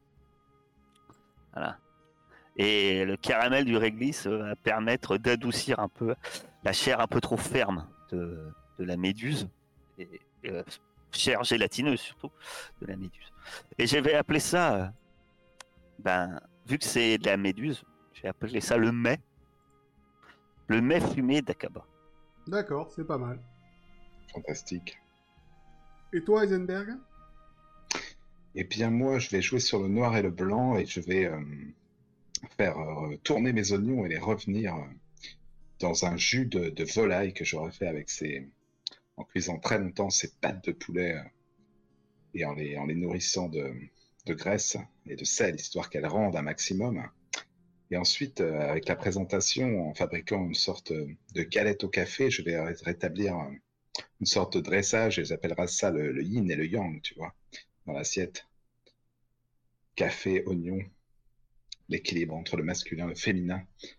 S4: Voilà. Et le caramel du réglisse euh, va permettre d'adoucir un peu la chair un peu trop ferme de, de la méduse, et, et, euh, chair gélatineuse surtout de la méduse. Et je vais appeler ça, euh, ben, vu que c'est de la méduse, j'ai appelé ça le mets, le mets fumé d'Akaba.
S1: D'accord, c'est pas mal.
S2: Fantastique.
S1: Et toi, Heisenberg?
S2: Eh bien, moi, je vais jouer sur le noir et le blanc et je vais euh, faire euh, tourner mes oignons et les revenir euh, dans un jus de, de volaille que j'aurais fait avec ces, en cuisant très longtemps ces pâtes de poulet euh, et en les, en les nourrissant de, de graisse et de sel, histoire qu'elles rendent un maximum. Et ensuite, euh, avec la présentation, en fabriquant une sorte de galette au café, je vais ré- rétablir euh, une sorte de dressage et j'appellerai ça le, le yin et le yang, tu vois, dans l'assiette. Café, oignon, l'équilibre entre le masculin et le féminin.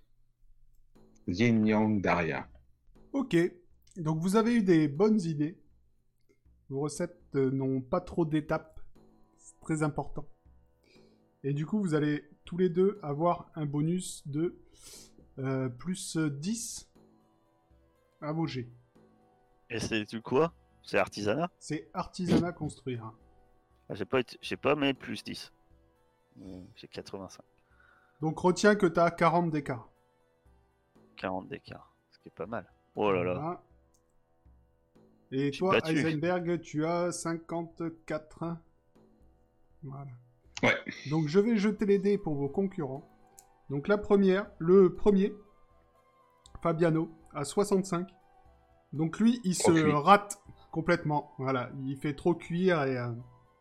S2: Yin Yang Daria.
S1: Ok. Donc vous avez eu des bonnes idées. Vos recettes euh, n'ont pas trop d'étapes. C'est très important. Et du coup, vous allez tous les deux avoir un bonus de euh, plus dix à vos jets.
S4: Et c'est du quoi? C'est artisanat?
S1: C'est artisanat construire.
S4: Ah, J'ai pas, été- j'ai pas mes plus dix. Euh, J'ai quatre-vingt-cinq,
S1: Donc retiens que tu as quarante d'écart.
S4: quarante d'écart, ce qui est pas mal. Oh là là.
S1: Voilà. Et
S4: suis
S1: toi,
S4: battu.
S1: Heisenberg, tu as cinquante-quatre. Voilà.
S2: Ouais.
S1: Donc je vais jeter les dés pour vos concurrents. Donc la première, le premier, Fabiano, à soixante-cinq. Donc lui, il
S2: Trop
S1: se
S2: cuit.
S1: rate complètement. Voilà, il fait trop cuire et... euh,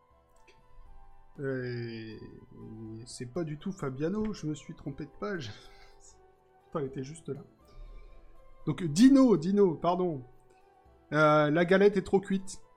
S1: et- et c'est pas du tout Fabiano, je me suis trompé de page. Putain, elle était juste là. Donc Dino, Dino, pardon. Euh, la galette est trop cuite.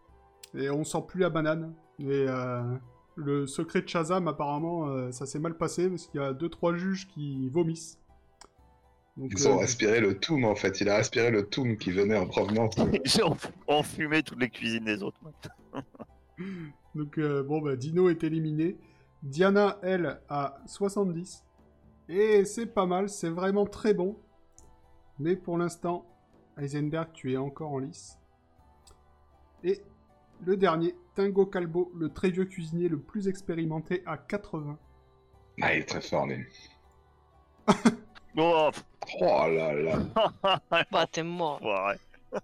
S1: Et on sent plus la banane. Et euh, le secret de Shazam, apparemment, euh, ça s'est mal passé parce qu'il y a deux trois juges qui vomissent. Donc,
S2: Ils ont
S1: euh,
S2: aspiré le toum, en fait. Il a aspiré le toum qui venait en provenance.
S4: J'ai enf- enfumé toutes les cuisines des autres. moi.
S1: donc euh, bon, bah, Dino est éliminé. Diana, elle, a soixante-dix. Et c'est pas mal, c'est vraiment très bon. Mais pour l'instant, Heisenberg, tu es encore en lice. Et le dernier, Tingo Calbo, le très vieux cuisinier le plus expérimenté, à quatre-vingts.
S2: Ah, il est très fort, lui.
S4: Oh, pff,
S2: Oh là là.
S3: Bah, t'es mort.
S4: enfoiré.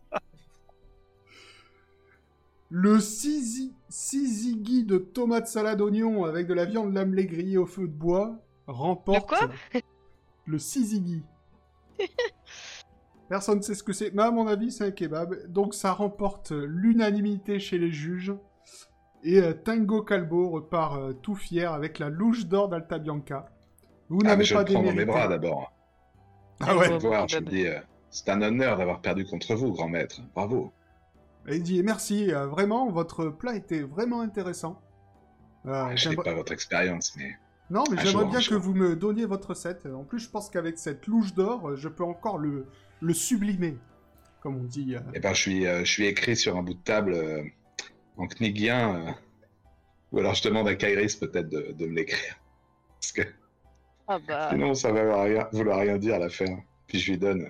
S1: Le Sizi- Sizigi de tomate salade oignon avec de la viande lamelée grillée au feu de bois remporte...
S3: Le quoi
S1: Le Sizigi. Personne ne sait ce que c'est, mais à mon avis, c'est un kebab. Donc ça remporte l'unanimité chez les juges. Et euh, Tingo Calbo repart euh, tout fier avec la louche d'or d'Alta Bianca. Vous
S2: Ah, mais
S1: n'avez
S2: je
S1: pas
S2: vais le prendre dans mes
S1: démérité.
S2: bras d'abord.
S1: Ah ouais.
S3: Ouais.
S2: Voir, je
S3: kebab.
S2: me dis, euh, c'est un honneur d'avoir perdu contre vous, grand maître. Bravo.
S1: Et il dit merci, euh, vraiment, votre plat était vraiment intéressant. Euh,
S2: Ah, je n'ai
S1: j'aimerais-
S2: pas votre expérience, mais
S1: Non, mais
S2: Un
S1: j'aimerais
S2: jour,
S1: bien
S2: un
S1: que
S2: jour.
S1: vous me donniez votre recette. En plus, je pense qu'avec cette louche d'or, euh, je peux encore le, le sublimer, comme on dit. euh.
S2: eh ben, je suis, euh, je suis écrit sur un bout de table euh, en knigien. euh, Ou alors je demande à Kairis peut-être de, de me l'écrire. Parce que
S3: Ah bah.
S2: sinon, ça va rien, vouloir rien dire à la fin. Puis je lui donne.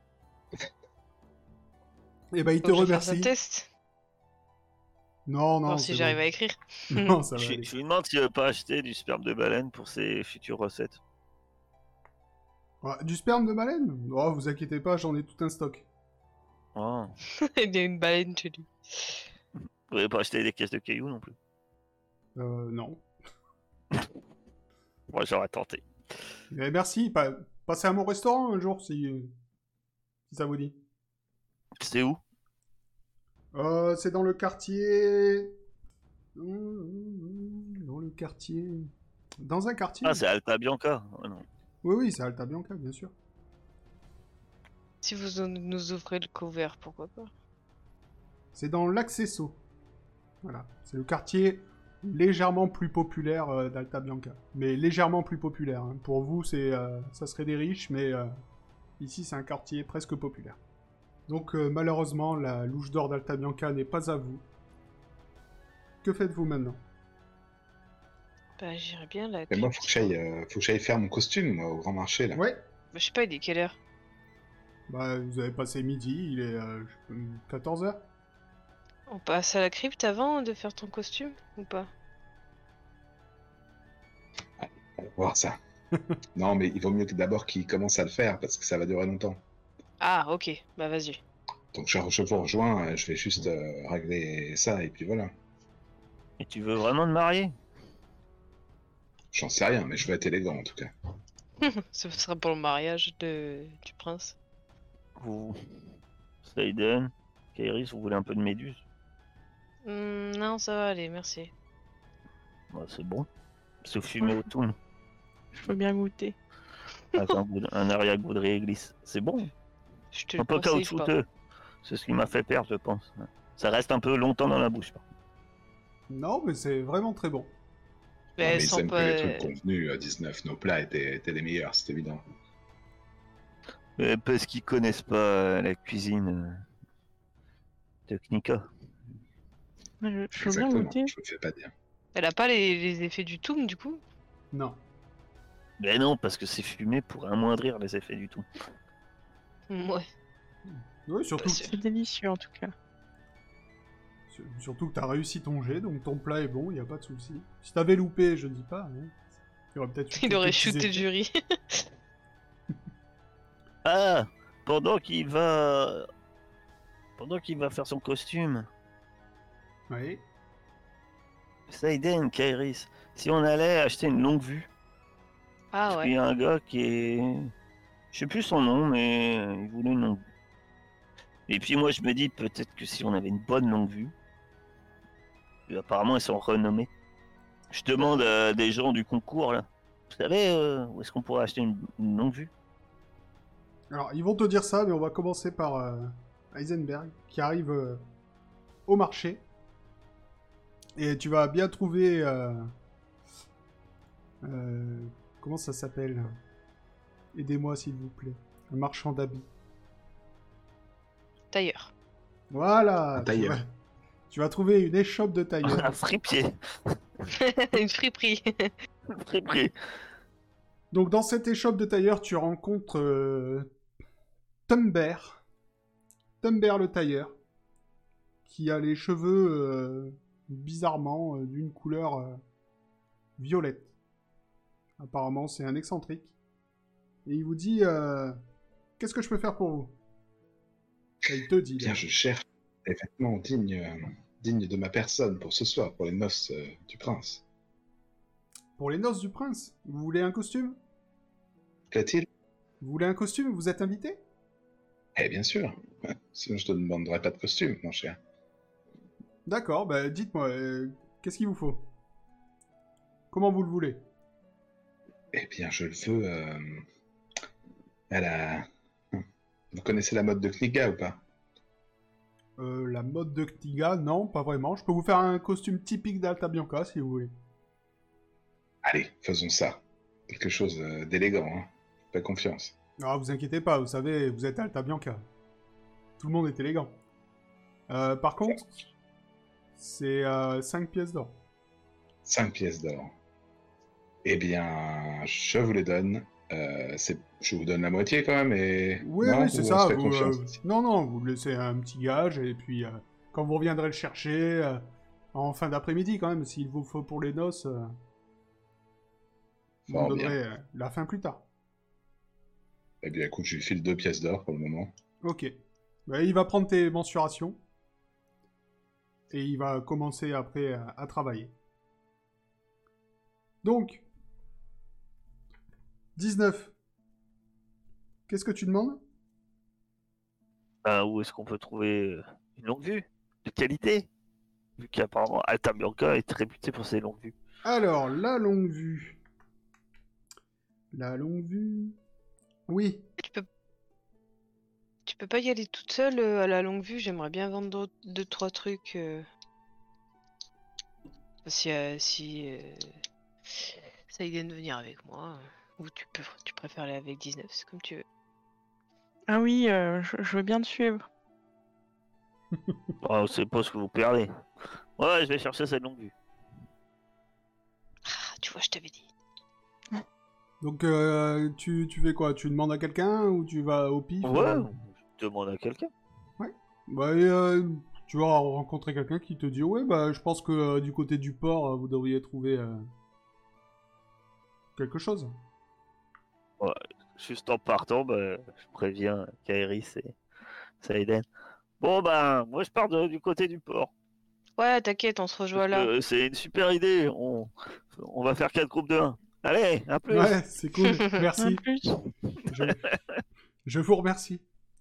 S1: Eh ben, il te
S3: faut que je fasse un
S1: remercie.
S3: test.
S1: Non, non,
S3: Voir si
S1: c'est
S3: j'arrive
S1: bon.
S3: à écrire.
S1: Non, ça va
S4: Je,
S1: aller.
S4: je lui demande s'il veut pas acheter du sperme de baleine pour ses futures recettes.
S1: Ah, du sperme de baleine? Oh, vous inquiétez pas, j'en ai tout un stock.
S4: Oh.
S3: Il y a une baleine chez lui.
S4: Vous pouvez pas acheter des caisses de cailloux non plus.
S1: Euh, non.
S4: Moi j'aurais tenté.
S1: Eh, merci, pa- passez à mon restaurant un jour, si, si ça vous dit.
S4: C'est où?
S1: Euh, c'est dans le quartier... Dans le quartier... Dans un quartier.
S4: Ah, c'est Alta Bianca. Oh, non.
S1: Oui, oui, c'est Alta Bianca, bien sûr.
S3: Si vous nous ouvrez le couvert, pourquoi pas.
S1: C'est dans l'Accesso. Voilà. C'est le quartier légèrement plus populaire euh, d'Alta Bianca. Mais légèrement plus populaire. hein. Pour vous, c'est, euh, ça serait des riches, mais euh, ici, c'est un quartier presque populaire. Donc, euh, malheureusement, la louche d'or d'Alta Bianca n'est pas à vous. Que faites-vous maintenant?
S3: Bah, j'irais bien la.
S2: Mais moi, faut que j'aille, euh, faut que j'aille faire mon costume moi, au grand marché là.
S1: Ouais.
S3: Bah, je sais pas, il est quelle heure?
S1: Bah, vous avez passé midi, il est euh, quatorze heures.
S3: On passe à la crypte avant de faire ton costume ou pas?
S2: Allez voir ça. Non, mais il vaut mieux que d'abord qu'il commence à le faire parce que ça va durer longtemps.
S3: Ah, ok, bah vas-y.
S2: Donc je, je vous rejoins, euh, je vais juste euh, régler ça et puis voilà.
S4: Et tu veux vraiment te marier?
S2: J'en sais rien, mais je veux être élégant en tout cas.
S3: Ce sera pour le mariage de... du prince.
S4: Vous. Seiden, Kairis, vous voulez un peu de méduse?
S3: Hmm, non, ça va aller, merci.
S4: Bah, c'est bon. C'est fumé au toum.
S5: Je peux bien goûter.
S4: Avec un, goût- un arrière-goût de réglisse. C'est bon.
S3: Je te le
S4: Un peu
S3: conseille pas.
S4: caoutchouteux. C'est ce qui m'a fait perdre, je pense. Ça reste un peu longtemps dans la bouche. par contre.
S1: Non, mais c'est vraiment très bon.
S3: Mais
S2: Non,
S3: elles
S2: mais ils
S3: sont
S2: aiment
S3: pas.
S2: que les trucs convenus à dix-neuf. Nos plats étaient, étaient les meilleurs, c'est évident.
S4: Mais parce qu'ils connaissent pas euh, la cuisine euh, de Knika.
S5: Je, je veux bien
S2: Exactement,
S5: goûter.
S2: je me fais pas dire.
S3: Elle a pas les, les effets du toum du coup?
S1: Non.
S4: Mais non, parce que c'est fumé pour amoindrir les effets du tout.
S3: Ouais.
S1: Oui, surtout,
S3: Pas sûr.
S5: C'est délicieux en tout cas.
S1: sur- surtout que t'as réussi ton jet, donc ton plat est bon, il a pas de souci. Si t'avais loupé, je dis pas. hein, il aurait peut-être eu
S3: Il aurait
S1: quelques petits
S3: shooté le
S1: effets.
S3: jury.
S4: Ah, pendant qu'il va, pendant qu'il va faire son costume,
S1: Oui.
S4: Seiden, Kairis, si on allait acheter une longue vue,
S3: Ah
S4: il y
S3: ouais.
S4: a un gars qui est, je sais plus son nom, mais euh, il voulait une longue vue. Et puis moi je me dis peut-être que si on avait une bonne longue vue, et apparemment ils sont renommés. Je demande à des gens du concours là, vous savez euh, où est-ce qu'on pourrait acheter une, une longue vue?
S1: Alors, ils vont te dire ça, mais on va commencer par euh, Heisenberg, qui arrive euh, au marché. Et tu vas bien trouver... euh, euh, comment ça s'appelle? Aidez-moi s'il vous plaît. Un marchand d'habits.
S3: Tailleur.
S1: Voilà.
S2: Un
S1: tu
S2: tailleur.
S1: vas, tu vas trouver une échoppe de tailleur.
S4: Un fripier.
S3: Une friperie.
S4: Un fripier.
S1: Donc dans cette échoppe de tailleur, tu rencontres euh, Tumber. Tumber le tailleur. Qui a les cheveux euh, bizarrement euh, d'une couleur euh, violette. Apparemment c'est un excentrique. Et il vous dit euh, qu'est-ce que je peux faire pour vous? Et il te dit.
S2: Bien, je cherche des vêtements dignes, euh, dignes de ma personne pour ce soir, pour les noces euh, du prince.
S1: Pour les noces du prince, vous voulez un costume?
S2: Qu'a-t-il?
S1: Vous voulez un costume? Vous êtes invité?
S2: Eh bien sûr. Sinon je te demanderai pas de costume, mon cher.
S1: D'accord, bah dites-moi, euh, qu'est-ce qu'il vous faut? Comment vous le voulez?
S2: Eh bien, je le veux euh, à la... Vous connaissez la mode de Kniga ou pas?
S1: Euh, la mode de Ktiga, non, pas vraiment. Je peux vous faire un costume typique d'Alta Bianca, si vous voulez.
S2: Allez, faisons ça. Quelque chose euh, d'élégant, hein. Fais confiance.
S1: Ah, vous inquiétez pas, vous savez, vous êtes Alta Bianca. Tout le monde est élégant. Euh, par contre, c'est euh, cinq pièces d'or.
S2: Cinq pièces d'or. Eh bien, je vous les donne. Euh, c'est... Je vous donne la moitié quand même, et...
S1: Oui,
S2: non,
S1: oui, c'est
S2: ou on
S1: ça.
S2: se fait
S1: Vous,
S2: confiance
S1: euh,
S2: aussi.
S1: Non, non, vous me laissez un petit gage, et puis euh, quand vous reviendrez le chercher, euh, en fin d'après-midi quand même, s'il vous faut pour les noces, euh, vous me
S2: Fort bien.
S1: donnerez euh, la fin plus tard.
S2: Eh bien, écoute, je lui file deux pièces d'or pour le moment.
S1: Ok. Bah, il va prendre tes mensurations, et il va commencer après à, à travailler. Donc, dix-neuf. Qu'est-ce que tu demandes?
S4: Ben, où est-ce qu'on peut trouver euh, une longue vue de qualité? Vu qu'apparemment Alta Bianca est réputée pour ses longues vues.
S1: Alors, la longue vue. La longue vue... Oui.
S3: Tu peux... tu peux pas y aller toute seule euh, à la longue vue. J'aimerais bien vendre deux, deux trois trucs. euh. Si, euh, si euh, ça idée de venir avec moi. euh, Ou tu peux, tu préfères aller avec dix-neuf, c'est comme tu veux.
S5: Ah oui, euh, je, je veux bien te suivre.
S4: Oh, c'est pas ce que vous perdez. Ouais, je vais chercher cette longue vue.
S3: Ah, tu vois, je t'avais dit.
S1: Donc, euh, tu, tu fais quoi? Tu demandes à quelqu'un ou tu vas au pif?
S4: Ouais,
S1: euh
S4: je demande à quelqu'un.
S1: Bah, et, euh, tu vas rencontrer quelqu'un qui te dit, ouais, bah, je pense que euh, du côté du port, euh, vous devriez trouver euh, quelque chose.
S4: Juste en partant, bah, je préviens Kairis et Saiden. Bon, ben, moi je pars de- du côté du port.
S3: Ouais, t'inquiète, on se rejoint
S4: Parce
S3: là.
S4: que c'est une super idée. On, on va faire quatre groupes de un. Allez, à plus.
S1: Ouais, c'est cool.
S5: Un
S1: Merci.
S5: plus.
S1: Je, je vous remercie.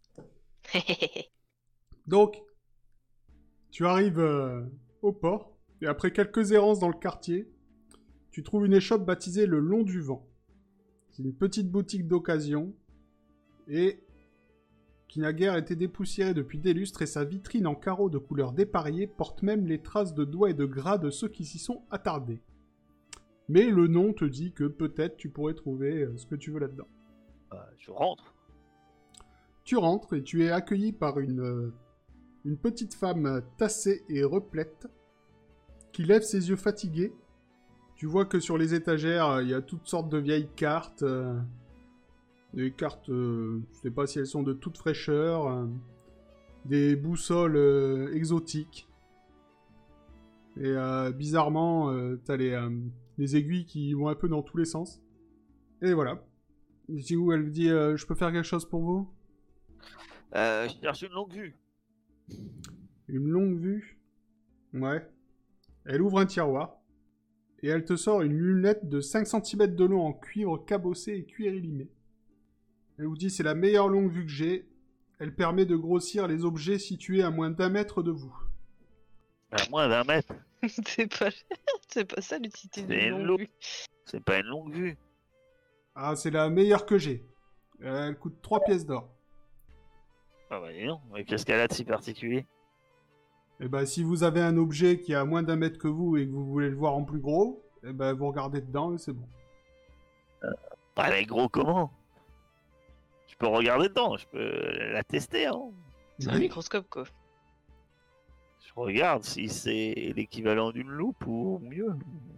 S1: Donc, tu arrives euh, au port, et après quelques errances dans le quartier, tu trouves une échoppe baptisée Le Long du Vent. C'est une petite boutique d'occasion, et qui n'a guère été dépoussiérée depuis des lustres, et sa vitrine en carreaux de couleur dépareillée porte même les traces de doigts et de gras de ceux qui s'y sont attardés. Mais le nom te dit que peut-être tu pourrais trouver euh, ce que tu veux là-dedans.
S4: Bah, je rentre.
S1: Tu rentres et tu es accueilli par une, euh, une petite femme tassée et replète qui lève ses yeux fatigués. Tu vois que sur les étagères, il y a toutes sortes de vieilles cartes. euh, des cartes, euh, je sais pas si elles sont de toute fraîcheur. euh, des boussoles euh, exotiques. Et euh, bizarrement, euh, t'as les, euh, les aiguilles qui vont un peu dans tous les sens. Et voilà. Et du coup, elle vous dit euh, je peux faire quelque chose pour vous?
S4: Euh, je cherche une longue vue.
S1: Une longue vue? Ouais. Elle ouvre un tiroir. Et elle te sort une lunette de cinq centimètres de long en cuivre cabossé et cuir élimé. Elle vous dit c'est la meilleure longue vue que j'ai. Elle permet de grossir les objets situés à moins d'un mètre de vous.
S4: À moins d'un mètre.
S3: c'est pas... c'est pas ça l'utilité
S4: C'est
S3: d'une
S4: une
S3: longue
S4: longue-
S3: vue.
S4: C'est pas une longue vue.
S1: Ah, c'est la meilleure que j'ai. Euh, Elle coûte trois pièces d'or.
S4: Ah bah dis donc, mais qu'est-ce qu'elle a de si particulier?
S1: Et ben, si vous avez un objet qui est à moins d'un mètre que vous et que vous voulez le voir en plus gros, et ben, vous regardez dedans et c'est bon.
S4: Ah, mais gros, comment? Je peux regarder dedans, je peux la tester. Hein.
S3: C'est un
S1: Oui.
S3: microscope, quoi.
S4: Je regarde si c'est l'équivalent d'une loupe ou mieux.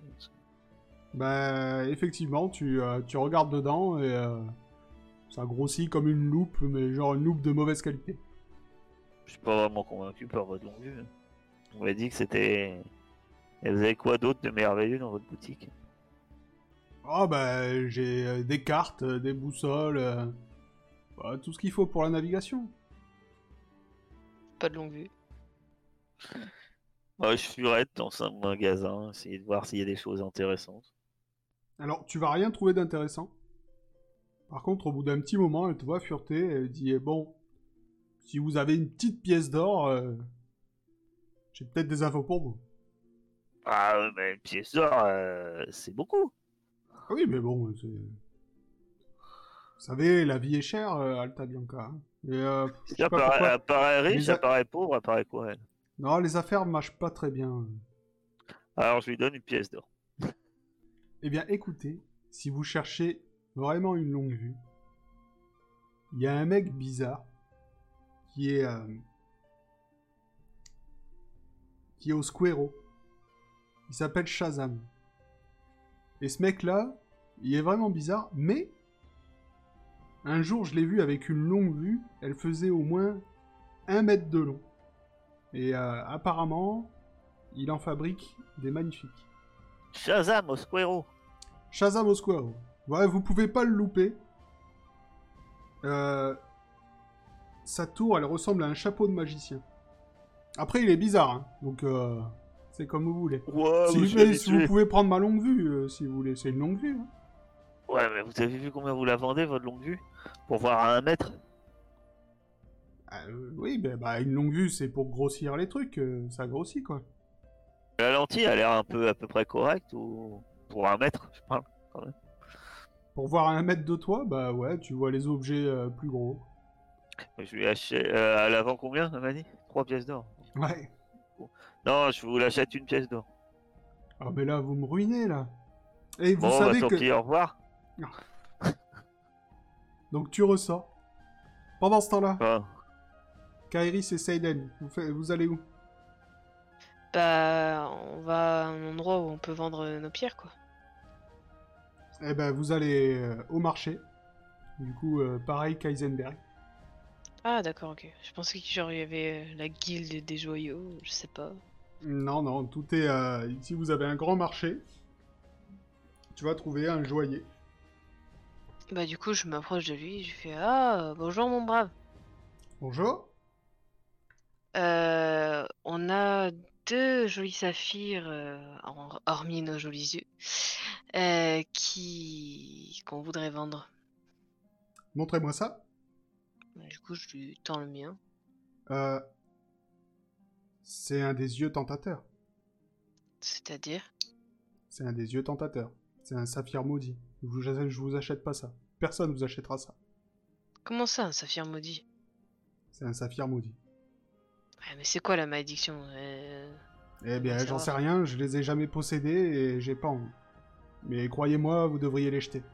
S1: Bah, effectivement, tu, euh, tu regardes dedans et euh, ça grossit comme une loupe, mais genre une loupe de mauvaise qualité.
S4: Je suis pas vraiment convaincu par votre longue vue. On m'a dit que c'était. Et vous avez quoi d'autre de merveilleux dans votre boutique?
S1: Ah bah, j'ai euh, des cartes, euh, des boussoles, euh, bah, tout ce qu'il faut pour la navigation.
S3: Pas de longue vue.
S4: Moi, je furette dans un magasin, essayer de voir s'il y a des choses intéressantes.
S1: Alors, tu vas rien trouver d'intéressant. Par contre, au bout d'un petit moment, elle te voit fureter et elle dit, eh bon, si vous avez une petite pièce d'or, euh, j'ai peut-être des infos pour vous.
S4: Ah, ouais, mais une pièce d'or, euh, c'est beaucoup.
S1: Ah oui, mais bon, c'est... Vous savez, la vie est chère, euh, Alta Bianca. Hein. Et, euh, je sais
S4: Ça
S1: pas
S4: paraît,
S1: pourquoi...
S4: elle paraît riche,
S1: Les
S4: ça
S1: a-
S4: paraît pauvre, elle paraît quoi, elle?
S1: Non, les affaires marchent pas très bien.
S4: Alors, je lui donne une pièce d'or.
S1: Eh bien, écoutez, si vous cherchez vraiment une longue vue, il y a un mec bizarre qui est... euh, qui est au Squero. Il s'appelle Shazam. Et ce mec-là, il est vraiment bizarre, mais un jour, je l'ai vu avec une longue vue, elle faisait au moins un mètre de long. Et euh, apparemment, il en fabrique des magnifiques.
S4: Shazam au Squero.
S1: Shazam au Squero. Ouais, vous pouvez pas le louper. Euh, Sa tour, elle ressemble à un chapeau de magicien. Après, il est bizarre, hein, donc euh, c'est comme vous voulez.
S4: Ouais,
S1: si,
S4: je suis
S1: mais si vous
S4: habitué.
S1: pouvez prendre ma longue vue, euh, si vous voulez, c'est une longue vue. Hein.
S4: Ouais, mais vous avez vu combien vous la vendez, votre longue vue? Pour voir à un mètre?
S1: Euh, oui, ben bah, une longue vue, c'est pour grossir les trucs, euh, ça grossit, quoi.
S4: La lentille a l'air un peu à peu près correcte ou pour un mètre, je parle quand même.
S1: Pour voir à un mètre de toi, bah ouais, tu vois les objets euh, plus gros.
S4: Je lui achète euh, à l'avant combien, elle m'a dit? Trois pièces d'or.
S1: Ouais.
S4: Non, je vous l'achète une pièce d'or.
S1: Ah, mais là, vous me ruinez, là. Et vous
S4: Bon, bah
S1: savez
S4: tant
S1: que...
S4: pis, au revoir.
S1: Donc, tu ressors. Pendant ce temps-là,
S4: Enfin,
S1: Kairis et Seiden, vous, fa- vous allez où?
S3: Bah, on va à un endroit où on peut vendre nos pierres, quoi.
S1: Eh ben, vous allez euh, au marché. Du coup, euh, pareil, Kaisenberg.
S3: Ah, d'accord, ok. Je pensais que genre il y avait euh, la guilde des joyaux, je sais pas.
S1: Non, non, tout est... euh, ici, vous avez un grand marché. Tu vas trouver un joaillier.
S3: Bah, du coup, je m'approche de lui, je fais ah, bonjour mon brave.
S1: Bonjour.
S3: Euh, on a deux jolis saphirs, euh, en- hormis nos jolis yeux, euh, qui qu'on voudrait vendre.
S1: Montrez-moi ça.
S3: Bah, du coup, je lui tends le mien.
S1: Euh... C'est un des yeux tentateurs.
S3: C'est-à-dire?
S1: C'est un des yeux tentateurs. C'est un saphir maudit. Je vous, je vous achète pas ça. Personne vous achètera ça.
S3: Comment ça, un saphir maudit?
S1: C'est un saphir maudit.
S3: Ouais, mais c'est quoi la malédiction? Euh,
S1: Eh bien,
S3: Ça
S1: j'en
S3: va.
S1: sais rien, je les ai jamais possédés et j'ai pas envie. Mais croyez-moi, vous devriez les jeter.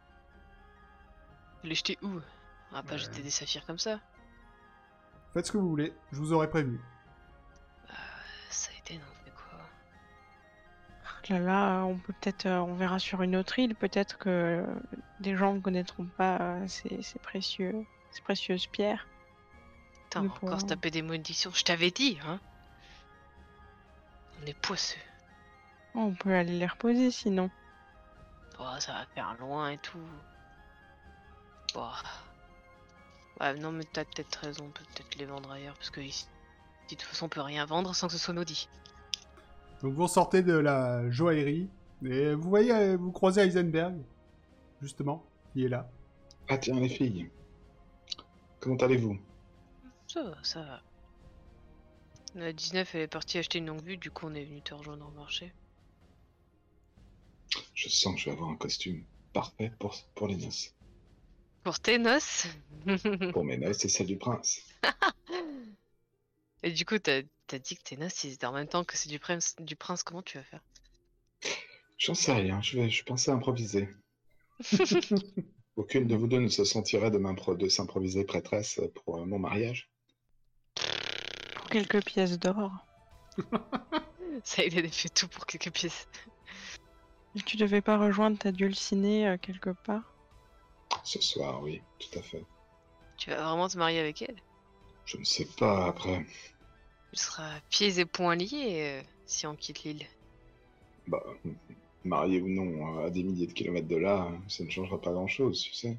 S3: Les jeter où? On va pas
S1: Ouais.
S3: jeter des saphirs comme ça.
S1: Faites ce que vous voulez, je vous aurais prévenu.
S3: Ça a été, on fait quoi?
S5: Là, là, on peut peut-être, euh, on verra sur une autre île, peut-être que euh, des gens ne connaîtront pas euh, ces, ces précieux, ces précieuses pierres.
S3: Putain, on
S5: Mais
S3: va encore se
S5: pour-
S3: taper des malédictions. Je t'avais dit, hein? On est poisseux.
S5: Oh, on peut aller les reposer sinon.
S3: Oh, ça va faire loin et tout. Bon. Ouais, non, mais t'as peut-être raison, on peut peut-être les vendre ailleurs, parce que ici, de toute façon, on peut rien vendre sans que ce soit maudit.
S1: Donc vous sortez de la joaillerie et vous voyez, euh, vous croisez Heisenberg, justement, qui est là.
S2: Ah tiens les filles, comment allez-vous?
S3: Ça va, ça va. La dix-neuf, elle est partie acheter une longue vue, du coup, on est venu te rejoindre au marché.
S2: Je sens que je vais avoir un costume parfait pour, pour les noces.
S3: Pour tes noces?
S2: Pour mes noces et celles du prince.
S3: Et du coup, t'as t'as dit que t'es narcisse. En même temps que c'est du prince, du prince, comment tu vas faire?
S2: J'en sais rien, je vais, je pensais improviser. Aucune de vous deux ne se sentirait de, m'impro- de s'improviser prêtresse pour euh, mon mariage.
S5: Pour quelques pièces d'or.
S3: Ça, il a fait tout pour quelques pièces.
S5: Et tu devais pas rejoindre ta dulcinée euh, quelque part?
S2: Ce soir, oui, tout à fait.
S3: Tu vas vraiment te marier avec elle?
S2: Je ne sais pas après.
S3: Tu seras pieds et poings liés euh, si on quitte l'île.
S2: Bah, marié ou non, à des milliers de kilomètres de là, ça ne changera pas grand-chose, tu sais.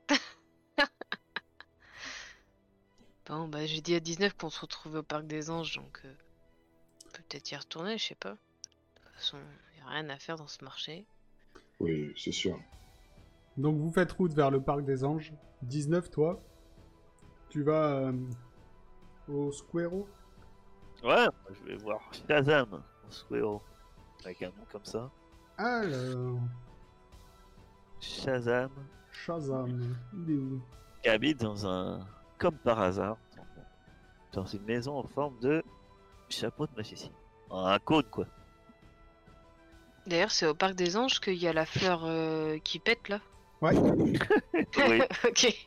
S3: Bon, bah, j'ai dit à dix-neuf qu'on se retrouvait au Parc des Anges, donc euh, on peut peut-être y retourner, je sais pas. De toute façon, y a rien à faire dans ce marché.
S2: Oui, c'est sûr.
S1: Donc vous faites route vers le parc des anges. dix-neuf, toi, tu vas euh, au Squero.
S4: Ouais, je vais voir Shazam en Squirrel. Avec un nom comme ça.
S1: Alors,
S4: Shazam,
S1: Shazam, il est où?
S4: qui habite dans un. Comme par hasard, dans une maison en forme de chapeau de magicien. Un cône, quoi.
S3: D'ailleurs, c'est au Parc des Anges qu'il y a la fleur euh, qui pète là.
S1: Ouais.
S4: Oui.
S3: Ok.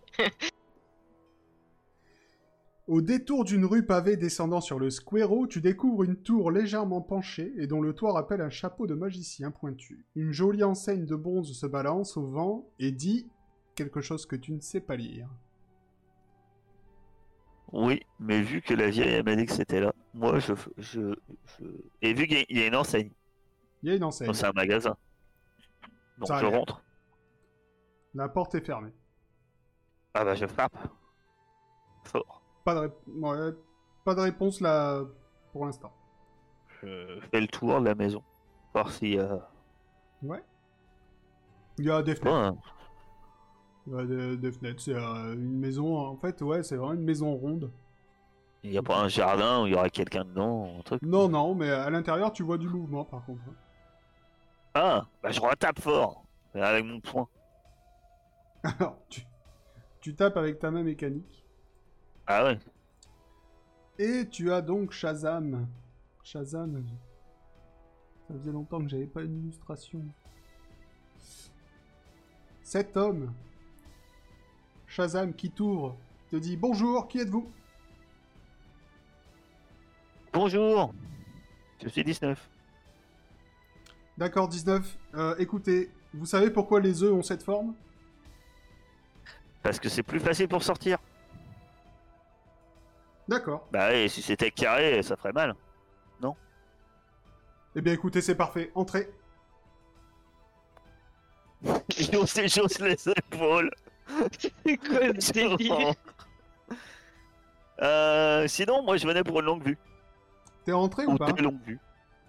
S1: Au détour d'une rue pavée descendant sur le Squero, tu découvres une tour légèrement penchée et dont le toit rappelle un chapeau de magicien pointu. Une jolie enseigne de bronze se balance au vent et dit quelque chose que tu ne sais pas lire.
S4: Oui, mais vu que la vieille elle m'a dit que c'était là, moi je, je, je... Et vu qu'il y a- il y a une enseigne,
S1: Il y a une enseigne.
S4: donc c'est un magasin. Donc
S1: Ça a
S4: je
S1: l'air.
S4: rentre.
S1: La porte est fermée.
S4: Ah bah je frappe. Fort.
S1: Pas de, rép- ouais, pas de réponse là pour l'instant.
S4: Je fais le tour de la maison. Voir s'il y a.
S1: Ouais. Il y a des fenêtres.
S4: Ouais,
S1: Il y a des, des fenêtres. C'est euh, une maison. En fait, ouais, c'est vraiment une maison ronde.
S4: il n'y a pas un jardin où il y aurait quelqu'un dedans, un truc.
S1: Non, non, mais à l'intérieur, tu vois du mouvement par contre.
S4: Ah, bah je retape fort. Avec mon poing.
S1: Alors, tu, tu tapes avec ta main mécanique.
S4: Ah ouais.
S1: Et tu as donc Shazam. Shazam. Ça faisait longtemps que j'avais pas une illustration. Cet homme, Shazam, qui t'ouvre, te dit bonjour, qui êtes-vous?
S4: Bonjour. Je suis dix-neuf.
S1: D'accord, dix-neuf. Euh, écoutez, vous savez pourquoi les œufs ont cette forme?
S4: Parce que c'est plus facile pour sortir.
S1: D'accord.
S4: Bah ouais, si c'était carré, ça ferait mal.
S1: Eh bien écoutez, c'est parfait. Entrez.
S4: J'ose j'ose les épaules.
S3: C'est quoi le délire?
S4: Euh, sinon, moi je venais pour une longue vue.
S1: T'es rentré ou
S4: Ou
S1: pas?
S4: des longues vues.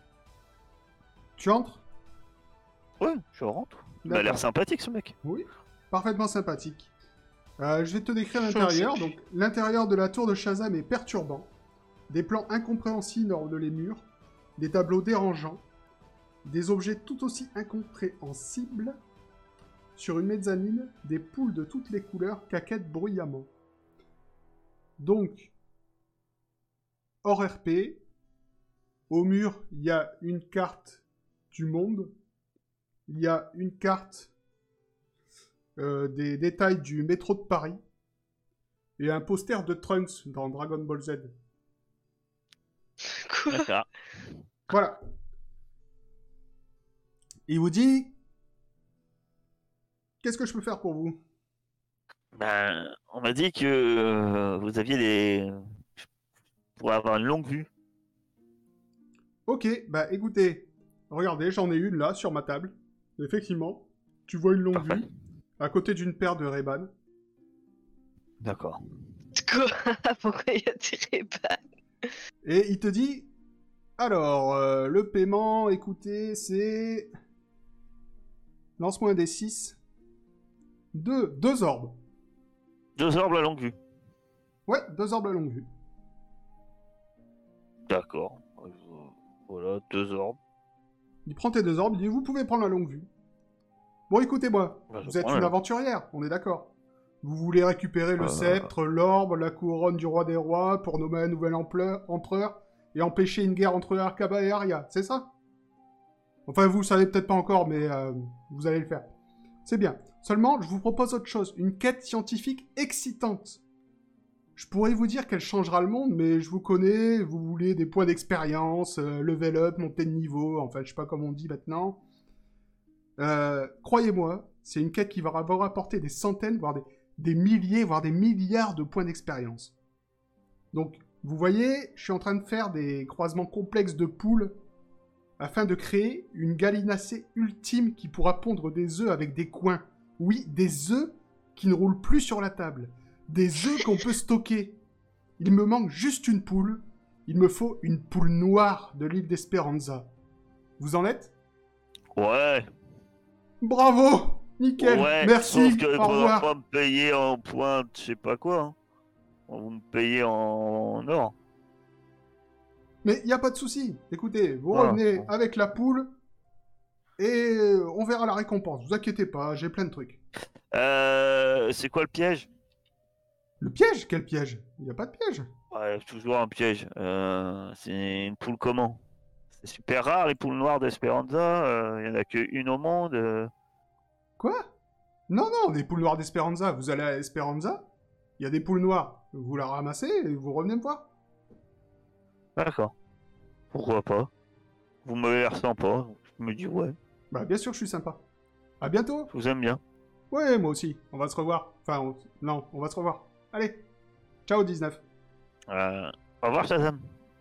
S1: Tu entres?
S4: Ouais, je rentre. Il a l'air
S1: D'accord.
S4: sympathique ce mec.
S1: Oui. Parfaitement sympathique. Euh, je vais te décrire l'intérieur. Donc, l'intérieur de la tour de Shazam est perturbant. Des plans incompréhensibles ornent les murs. Des tableaux dérangeants. Des objets tout aussi incompréhensibles. Sur une mezzanine, des poules de toutes les couleurs caquettent bruyamment. Donc, hors R P, au mur, il y a une carte du monde. Il y a une carte euh, des détails du métro de Paris. Et un poster de Trunks dans Dragon Ball Z.
S3: Quoi?
S4: D'accord.
S1: Voilà. Il vous dit... Qu'est-ce que je peux faire pour vous?
S4: Ben, on m'a dit que euh, vous aviez des. Pour avoir une longue vue.
S1: Ok, bah écoutez, regardez, j'en ai une là, sur ma table. Effectivement, tu vois une longue
S4: Parfait.
S1: vue, à côté d'une paire de Ray-Ban.
S4: D'accord.
S3: Quoi? Pourquoi il y a des Ray-Ban?
S1: Et il te dit... Alors, euh, le paiement, écoutez, c'est... Lance-moi un des six. Deux, deux orbes.
S4: Deux orbes à longue vue.
S1: Ouais, deux orbes à longue vue.
S4: D'accord. Euh, Voilà, deux orbes.
S1: Il prend tes deux orbes, il dit, vous pouvez prendre la longue vue. Bon, écoutez-moi,
S4: Bah, je
S1: vous êtes
S4: prends
S1: une
S4: la-
S1: aventurière, on est d'accord. Vous voulez récupérer le
S4: Euh.
S1: sceptre, l'orbe, la couronne du roi des rois pour nommer un nouvel empleur- empereur et empêcher une guerre entre Arkaba et Arya, c'est ça? Enfin, vous le savez peut-être pas encore, mais euh, vous allez le faire. C'est bien. Seulement, je vous propose autre chose, une quête scientifique excitante. Je pourrais vous dire qu'elle changera le monde, mais je vous connais, vous voulez des points d'expérience, euh, level up, monter de niveau, enfin, je sais pas comment on dit maintenant. Euh, croyez-moi, c'est une quête qui va vous rapporter des centaines, voire des, des milliers, voire des milliards de points d'expérience. Donc, vous voyez, je suis en train de faire des croisements complexes de poules afin de créer une gallinacée ultime qui pourra pondre des œufs avec des coins. Oui, des œufs qui ne roulent plus sur la table. Des œufs qu'on peut stocker. Il me manque juste une poule. Il me faut une poule noire de l'île d'Esperanza. Vous en êtes?
S4: Ouais.
S1: Bravo! Nickel!
S4: Ouais,
S1: Merci!
S4: sauf que
S1: Au
S4: faudra
S1: revoir!
S4: pas me payer en points, de je sais pas quoi. Hein. Vous me payez en or.
S1: Mais il n'y a pas de souci. Écoutez, vous
S4: Ah,
S1: revenez
S4: bon.
S1: avec la poule et on verra la récompense. Vous inquiétez pas, j'ai plein de trucs.
S4: Euh, c'est quoi le piège?
S1: Le piège? Quel piège? Il n'y a pas de piège.
S4: Ouais, toujours un piège. Euh, c'est une poule comment? C'est super rare les poules noires d'Esperanza. Il y en a qu'une au monde. euh.
S1: Quoi? Non, non, des poules noires d'Esperanza. Vous allez à Esperanza, il y a des poules noires. Vous la ramassez et vous revenez me voir.
S4: D'accord. Pourquoi pas? Vous m'avez l'air sympa. donc Je me dis ouais,
S1: Bah, bien sûr, je suis sympa. À bientôt.
S4: je vous aime bien.
S1: Ouais, moi aussi. On va se revoir. Enfin, on- non, on va se revoir. Allez. Ciao, dix-neuf.
S4: Euh, au revoir Shazam.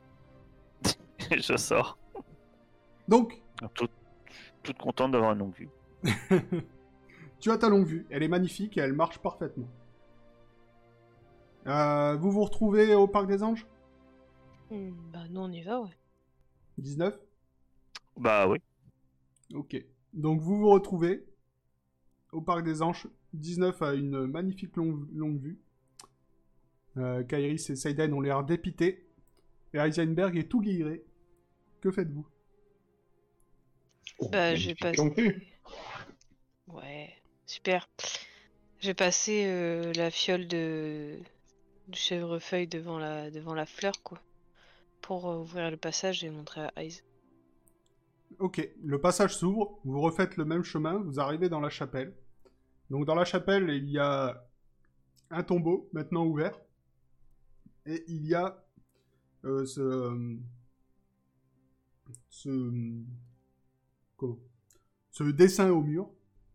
S4: Je sors.
S1: Donc,
S4: Toute, toute contente d'avoir une longue vue.
S1: tu as ta longue vue. Elle est magnifique et elle marche parfaitement. Euh, vous vous retrouvez au Parc des Anges?
S3: Hmm, bah nous on y va, ouais.
S1: dix-neuf.
S4: Bah oui.
S1: Ok. Donc vous vous retrouvez au Parc des Anges. dix-neuf a une magnifique longue, longue vue. Euh, Kairis et Seiden ont l'air dépités. Et Heisenberg est tout guilleré. Que faites-vous?
S2: Oh,
S3: Bah j'ai
S2: magnifique
S3: passé...
S2: longue vue.
S3: Ouais, super. J'ai passé euh, la fiole de... du chèvrefeuille devant la... devant la fleur, quoi. Pour euh, ouvrir le passage et montrer à Eyes.
S1: Ok, le passage s'ouvre, vous refaites le même chemin, vous arrivez dans la chapelle. Donc dans la chapelle, il y a un tombeau, maintenant ouvert. Et il y a euh, ce... euh, ce... comment ce dessin au mur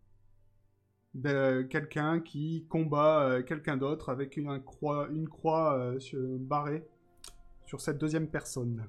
S1: de quelqu'un qui combat euh, quelqu'un d'autre avec une, un croix, une croix euh, sur- barrée sur cette deuxième personne.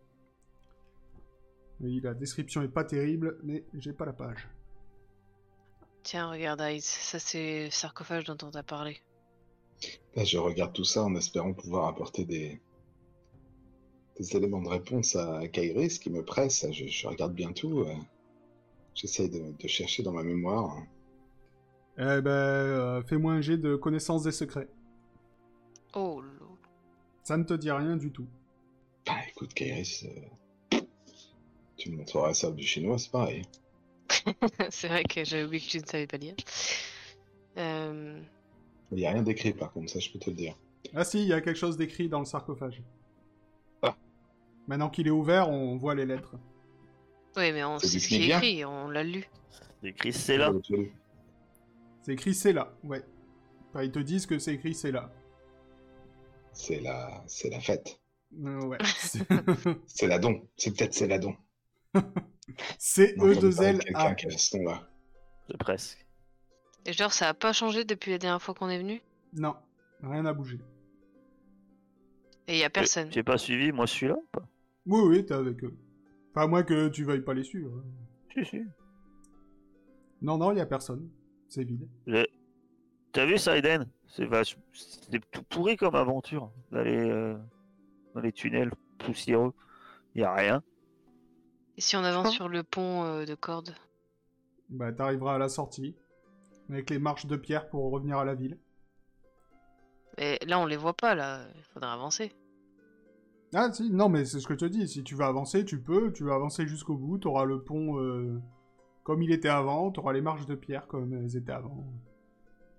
S1: Oui, la description est pas terrible, mais j'ai pas la page.
S3: Tiens, regarde Eyes, ça c'est le sarcophage dont on t'a parlé.
S2: Là, je regarde tout ça en espérant pouvoir apporter des, des éléments de réponse à Kairis qui me presse. Je, je regarde bien tout. euh, J'essaye de, de chercher dans ma mémoire.
S1: Eh ben, euh, fais-moi un jet de connaissance des secrets.
S3: Oh lolo.
S1: Ça ne te dit rien du tout.
S2: Bah écoute, Kairis, euh, tu me montreras ça du chinois, c'est pareil.
S3: C'est vrai que j'avais oublié que tu ne savais pas lire. Euh...
S2: Il n'y a rien d'écrit par contre, ça je peux te le dire.
S1: Ah si, il y a quelque chose d'écrit dans le sarcophage.
S2: Ah.
S1: Maintenant qu'il est ouvert, on voit les lettres.
S3: Oui, mais on
S2: C'est
S3: sait
S2: du
S3: ce qui est
S2: Knivia
S3: écrit, on l'a lu.
S4: C'est écrit c'est là.
S2: Tu l'as lu.
S1: C'est écrit c'est là, ouais. Enfin, ils te disent que c'est écrit c'est là.
S2: C'est la... c'est la fête.
S1: Euh, ouais.
S2: C'est la don. C'est peut-être c'est la don.
S1: C'est
S2: Non,
S1: E
S2: j'en ai
S1: deux
S2: parlé
S1: L
S2: de quelqu'un
S1: A.
S2: qui a ce nom-là.
S4: C'est presque.
S3: Et genre, ça a pas changé depuis la dernière fois qu'on est venu?
S1: Non, rien n'a bougé.
S3: Et y a personne.
S4: J'ai pas suivi, moi je suis là ou pas?
S1: Oui, oui, t'es avec eux. Enfin, à moins que tu veuilles pas les suivre.
S4: Si, si.
S1: Non, non, il y a personne. C'est vide.
S4: J'ai- T'as vu ça, Eden? C'est vach... c'est tout pourri comme aventure. D'aller euh, dans les tunnels poussiéreux. Y a rien.
S3: Et si on avance
S5: Quoi
S3: sur le pont euh, de corde?
S1: Bah, t'arriveras à la sortie. Avec les marches de pierre pour revenir à la ville.
S3: Mais là, on les voit pas, là. Il faudra avancer.
S1: Ah si, non mais c'est ce que je te dis, si tu veux avancer, tu peux, tu veux avancer jusqu'au bout, t'auras le pont euh, comme il était avant, t'auras les marches de pierre comme elles étaient avant.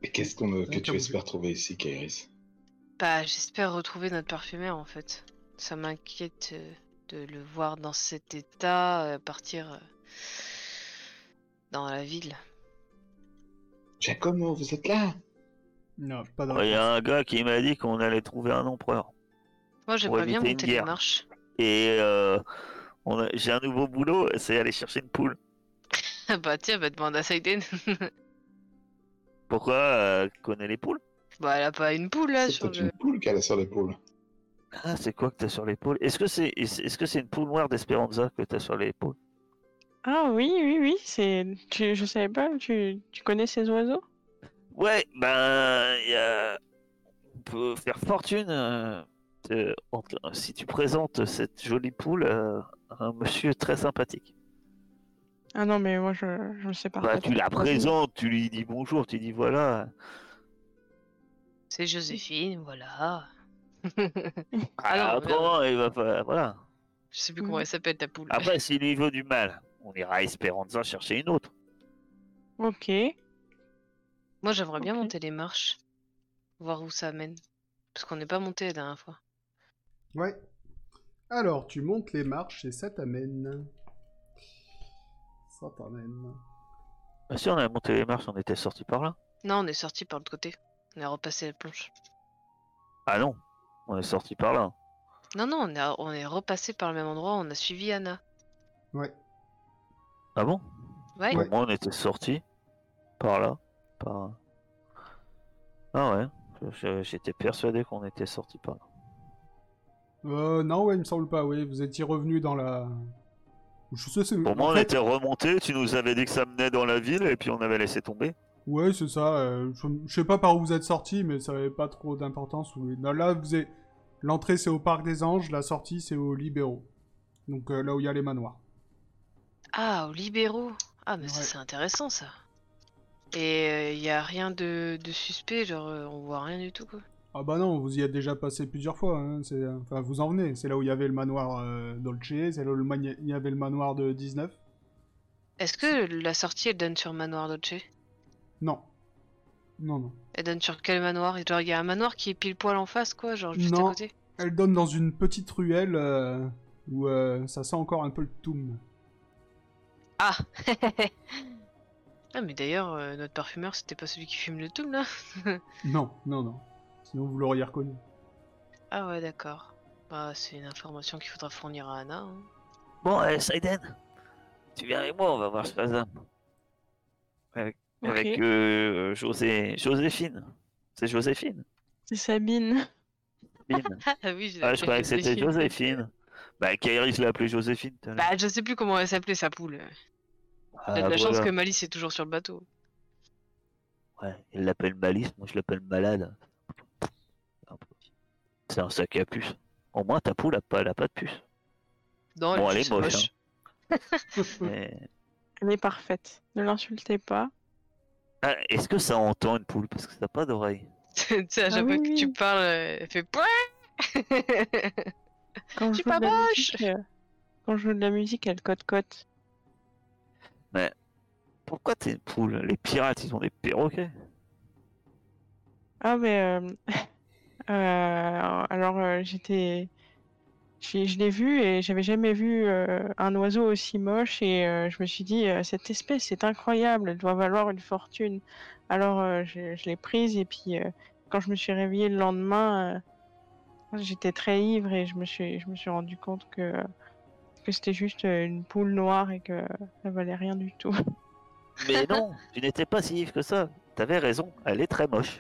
S2: Et qu'est-ce qu'on, euh, que
S1: Ouais,
S2: tu
S1: comme-
S2: espères trouver ici, Kairis?
S3: Bah, j'espère retrouver notre parfumeur en fait. Ça m'inquiète euh, de le voir dans cet état, euh, partir euh, dans la ville.
S2: Giacomo, vous êtes là?
S1: Non, pas de
S4: Il y a
S1: réponse.
S4: un gars qui m'a dit qu'on allait trouver un empereur.
S3: Moi, j'aimerais bien
S4: éviter une
S3: monter les
S4: guerre.
S3: marches.
S4: Et euh, on a- j'ai un nouveau boulot, c'est aller chercher une poule.
S3: Ah bah tiens, bah demande à Saiden.
S4: Pourquoi euh, tu connais les poules?
S3: Bah, elle a pas une poule là
S2: C'est
S3: sur
S2: peut-être
S3: le.
S2: une poule qu'elle a sur l'épaule.
S4: Ah, c'est quoi que t'as sur l'épaule? Est-ce que c'est est-ce est-ce que c'est une poule noire d'Esperanza que t'as sur l'épaule?
S5: Ah oui, oui, oui, c'est. Tu... Je savais pas, tu... tu connais ces oiseaux?
S4: Ouais, ben y a- on peut faire fortune euh, euh, entre- si tu présentes cette jolie poule euh, à un monsieur très sympathique.
S5: Ah non, mais moi je, je sais pas.
S4: Bah, tu la présentes, tu lui dis bonjour, tu dis voilà.
S3: C'est Joséphine, voilà.
S4: Ah,
S3: Ah non, merde.
S4: autrement, il va pas. Voilà.
S3: Je sais plus comment elle s'appelle ta poule.
S4: Après, s'il lui veut du mal, on ira à Esperanza chercher une autre.
S5: Ok.
S3: Moi, j'aimerais bien
S5: Ok.
S3: monter les marches, voir où ça mène. Parce qu'on n'est pas monté la dernière fois.
S1: Ouais. Alors, tu montes les marches et ça t'amène. Ça t'amène.
S4: Bah, si on a monté les marches, on était sorti par là.
S3: Non, on est sorti par l'autre côté. On est repassé la planche.
S4: Ah non, on est sorti par là.
S3: Non, non, on est, on est repassé par le même endroit, on a suivi Anna.
S1: Ouais.
S4: Ah bon?
S3: Ouais,
S1: Ouais.
S4: Pour moi, on était sorti par là. Par... Ah ouais, je- j'étais persuadé qu'on était sorti par là.
S1: Euh, non, ouais, il me semble pas, oui. Vous étiez revenu dans la... Je sais, c'est...
S4: Pour
S1: en
S4: moi, on
S1: fait-
S4: était remonté, tu nous avais dit que ça menait dans la ville et puis on avait laissé tomber.
S1: Ouais, c'est ça. euh, je... je sais pas par où vous êtes sorti, mais ça avait pas trop d'importance. Oui. Non, là, vous êtes... L'entrée, c'est au Parc des Anges. La sortie, c'est aux Libéraux. Donc, euh, là où il y a les manoirs.
S3: ah, aux libéraux. Ah, mais ça,
S1: Ouais.
S3: c'est intéressant ça. Et il y a rien de, de suspect, genre euh, on voit rien du tout quoi.
S1: Ah bah non, vous y êtes déjà passé plusieurs fois. Hein. c'est- Enfin, vous en venez. C'est là où il y avait le manoir euh, Dolce. C'est là où le mani- il y avait le manoir de dix-neuf.
S3: Est-ce que la sortie elle donne sur Manoir Dolce?
S1: Non. Non, non.
S3: Elle donne sur quel manoir? Genre il y a un manoir qui est pile poil en face quoi, genre juste
S1: Non.
S3: à côté?
S1: Elle donne dans une petite ruelle euh, où euh, ça sent encore un peu le toum.
S3: Ah Ah mais d'ailleurs euh, notre parfumeur c'était pas celui qui fume le tout là?
S1: Non, non, non. Sinon vous l'auriez reconnu.
S3: Ah ouais d'accord. Bah c'est une information qu'il faudra fournir à Anna. hein.
S4: Bon, allez, Saiden, tu viens avec moi, on va voir Shazam. Avec,
S5: Ok.
S4: avec euh, José... Joséphine. C'est Joséphine.
S5: C'est Sabine.
S4: Sabine.
S3: Ah oui, je l'ai
S4: Ah, je
S3: appelée
S4: croyais que c'était
S3: Joséphine.
S4: Joséphine. Bah, Kairi, je l'ai appelée Joséphine tout à l'heure.
S3: Bah je sais plus comment elle s'appelait sa poule.
S4: Ah,
S3: Elle a de la chance
S4: voilà.
S3: que Malice est toujours sur le bateau.
S4: Ouais, il l'appelle Malice, moi je l'appelle Malade. C'est un sac à puce. Au moins ta poule a pas, elle a pas de puce.
S3: Non,
S4: Bon,
S3: elle
S4: elle
S3: est
S4: est moche,
S3: moche.
S4: Mais-
S5: Elle est parfaite. Ne l'insultez pas.
S4: Ah, est-ce que ça entend une poule? Parce que ça n'a pas d'oreille.
S3: Tu sais, à
S5: Ah
S3: chaque
S5: oui,
S3: fois que tu
S5: oui.
S3: parles, euh, elle fait pouah.
S5: Quand
S3: Je
S5: je
S3: suis
S5: joue
S3: pas
S5: de la
S3: moche.
S5: musique, euh, quand je joue de la musique, elle cote-cote.
S4: Pourquoi t'es une poule? Les pirates, ils ont des perroquets.
S5: Ah mais euh, euh, alors euh, j'étais, j'ai- je l'ai vu et j'avais jamais vu euh, un oiseau aussi moche et euh, je me suis dit euh, cette espèce c'est incroyable, elle doit valoir une fortune. Alors euh, je, je l'ai prise et puis euh, quand je me suis réveillée le lendemain, euh, j'étais très ivre et je me suis, je me suis rendu compte que que c'était juste euh, une poule noire et que elle valait rien du tout.
S4: Mais non, tu n'étais pas si ivre que ça. T'avais raison, elle est très moche.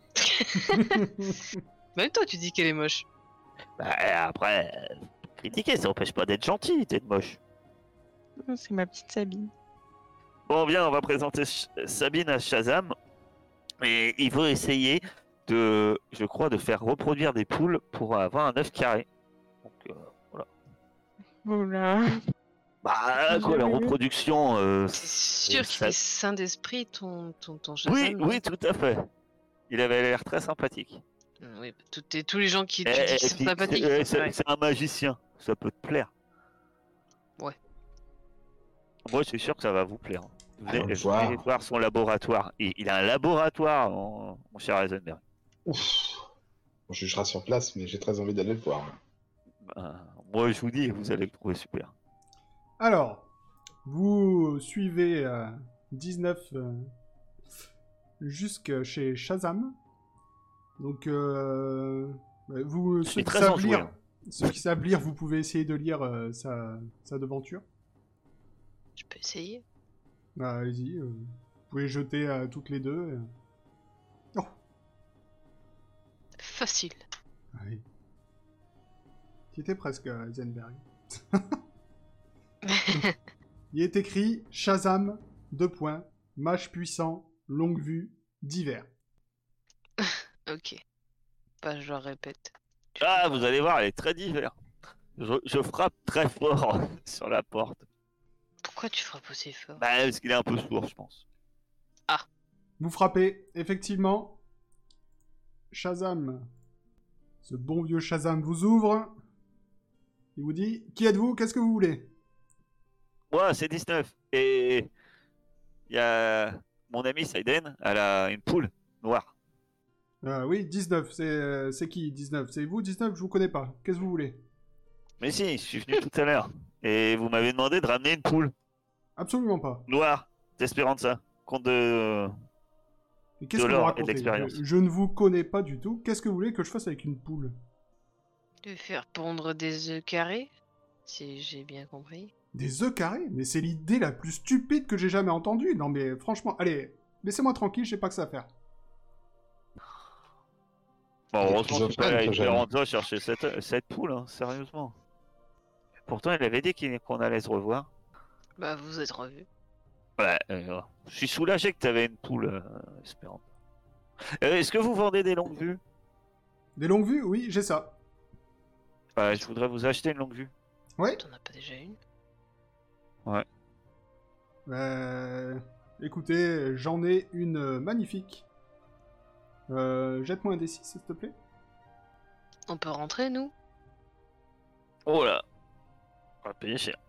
S3: Même toi, tu dis qu'elle est moche.
S4: Bah, après, euh, critiquer, ça n'empêche pas d'être gentil, d'être moche.
S5: C'est ma petite Sabine.
S4: Bon, bien, on va présenter Ch- Sabine à Shazam. Et il faut essayer de, je crois, de faire reproduire des poules pour avoir un œuf carré. Donc, euh, voilà.
S5: Oula.
S4: Bah, quoi, la
S5: Jamais vu.
S4: reproduction. euh,
S3: C'est sûr qu'il
S4: ça-
S3: est sain d'esprit, ton, ton, ton
S4: Oui,
S3: Shazam,
S4: oui,
S3: là.
S4: tout à fait. Il avait l'air très sympathique.
S3: Mm, Oui, bah, tout- et tous les gens qui tu
S4: Eh,
S3: dis
S4: eh,
S3: qu'ils sont
S4: puis,
S3: sympathiques,
S4: c'est-
S3: c'est
S4: c'est
S3: vrai.
S4: c'est un magicien, ça peut te plaire.
S3: Ouais.
S4: Moi, je suis sûr que ça va vous plaire.
S2: Allons le
S4: Venez,
S2: voir.
S4: venez voir son laboratoire. Il, il a un laboratoire, mon, mon cher Heisenberg.
S2: Ouf. On jugera sur place, mais j'ai très envie d'aller le voir.
S4: Ben, moi, je vous dis, vous allez le trouver super.
S1: Alors, vous suivez euh, dix-neuf euh, jusque chez Shazam. Donc, euh, vous,
S4: Je
S1: ceux
S4: suis
S1: qui,
S4: très
S1: savent
S4: enjoué,
S1: lire,
S4: hein.
S1: ceux qui savent lire, vous pouvez essayer de lire euh, sa, sa devanture.
S3: Je peux essayer.
S1: Bah, allez-y, euh, vous pouvez jeter à toutes les deux. euh. Oh,
S3: Facile.
S1: oui. Tu étais presque, euh, Heisenberg. Il est écrit Shazam, deux points, mage puissant, longue vue, divers.
S3: Ok. Bah, je le répète.
S4: Ah, vous allez voir, elle est très divers. Je, je frappe très fort sur la porte.
S3: Pourquoi tu frappes aussi fort?
S4: Bah, parce qu'il est un peu sourd, je pense.
S1: Vous frappez, effectivement. Shazam, ce bon vieux Shazam vous ouvre. Il vous dit, qui êtes-vous? Qu'est-ce que vous voulez?
S4: Moi, c'est dix-neuf. Et il y a mon amie Saiden, elle a une poule noire.
S1: Euh, oui, dix-neuf, c'est euh, c'est qui dix-neuf? C'est vous dix-neuf? Je vous connais pas. Qu'est-ce que vous voulez?
S4: Mais si, je suis venu tout à l'heure. Et vous m'avez demandé de ramener une poule
S1: Absolument pas.
S4: noire d'Espéranza. Compte de...
S1: Mais qu'est-ce
S4: De
S1: que vous
S4: l'or et
S1: racontez?
S4: d'expérience.
S1: je, je ne vous connais pas du tout. Qu'est-ce que vous voulez que je fasse avec une poule?
S3: De faire pondre des œufs carrés, si j'ai bien compris.
S1: Des œufs carrés? Mais c'est l'idée la plus stupide que j'ai jamais entendue. Non mais franchement, allez, laissez-moi tranquille, j'ai pas que ça à faire.
S4: Bon,
S2: Il est
S4: heureusement que je suis pas
S2: schizophrène,
S4: allé à
S2: ce jeune.
S4: Espéranza chercher cette, cette poule, hein, sérieusement. Pourtant, il avait dit qu'il- qu'on allait se revoir.
S3: Bah, vous êtes revus.
S4: Ouais, euh, je suis soulagé que tu avais une poule, euh, Espéranza. Euh, Est-ce que vous vendez des longues vues?
S1: Des longues vues? Oui, j'ai ça.
S4: Ouais, je voudrais vous acheter une longue vue.
S1: Oui.
S3: T'en as pas déjà une?
S1: Euh... Écoutez, j'en ai une euh, magnifique. Euh, Jette-moi un D six, s'il te plaît.
S3: On peut rentrer, nous?
S4: Oh là, on va payer cher.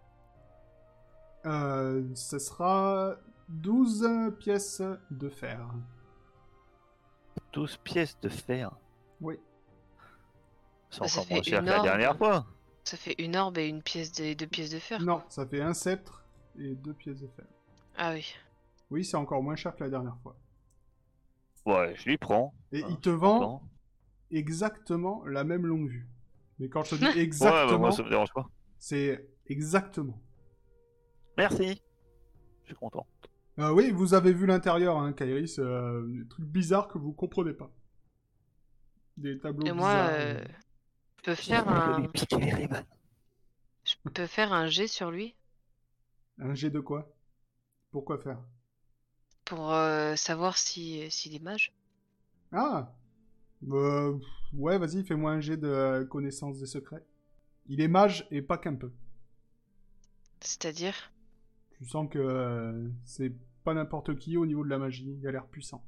S1: Euh, ce sera douze pièces de fer.
S4: douze pièces de fer.
S1: Oui.
S4: C'est
S3: Bah, ça
S4: encore moins
S3: fait
S4: cher
S3: une
S4: que la
S3: orbe.
S4: dernière fois.
S3: Ça fait une orbe et une pièce de... deux pièces de fer.
S1: Non,
S3: quoi.
S1: ça fait un sceptre et deux pièces de fer.
S3: Ah oui.
S1: Oui, c'est encore moins cher que la dernière fois.
S4: Ouais, je lui prends.
S1: Et
S4: Hein,
S1: il te
S4: je suis
S1: vend
S4: content.
S1: exactement la même longue vue. Mais quand je te dis
S4: Ouais, bah,
S1: exactement,
S4: moi ça me dérange pas.
S1: c'est exactement.
S4: Merci. Je suis content.
S1: Euh, oui, vous avez vu l'intérieur, hein, Kairis, euh, des trucs bizarres que vous comprenez pas. Des tableaux
S3: Et moi,
S1: bizarres.
S3: euh,
S1: euh.
S3: je peux faire
S4: Je vais
S3: un...
S4: lui piquer les ribs.
S3: Je peux faire un jet sur lui
S1: Un jet de quoi? Pourquoi faire?
S3: pour euh, savoir si s'il est mage.
S1: Ah euh, Ouais, vas-y, fais-moi un jet de euh, connaissance des secrets. Il est mage et pas qu'un peu.
S3: C'est-à-dire?
S1: Tu sens que euh, c'est pas n'importe qui au niveau de la magie. Il a l'air puissant.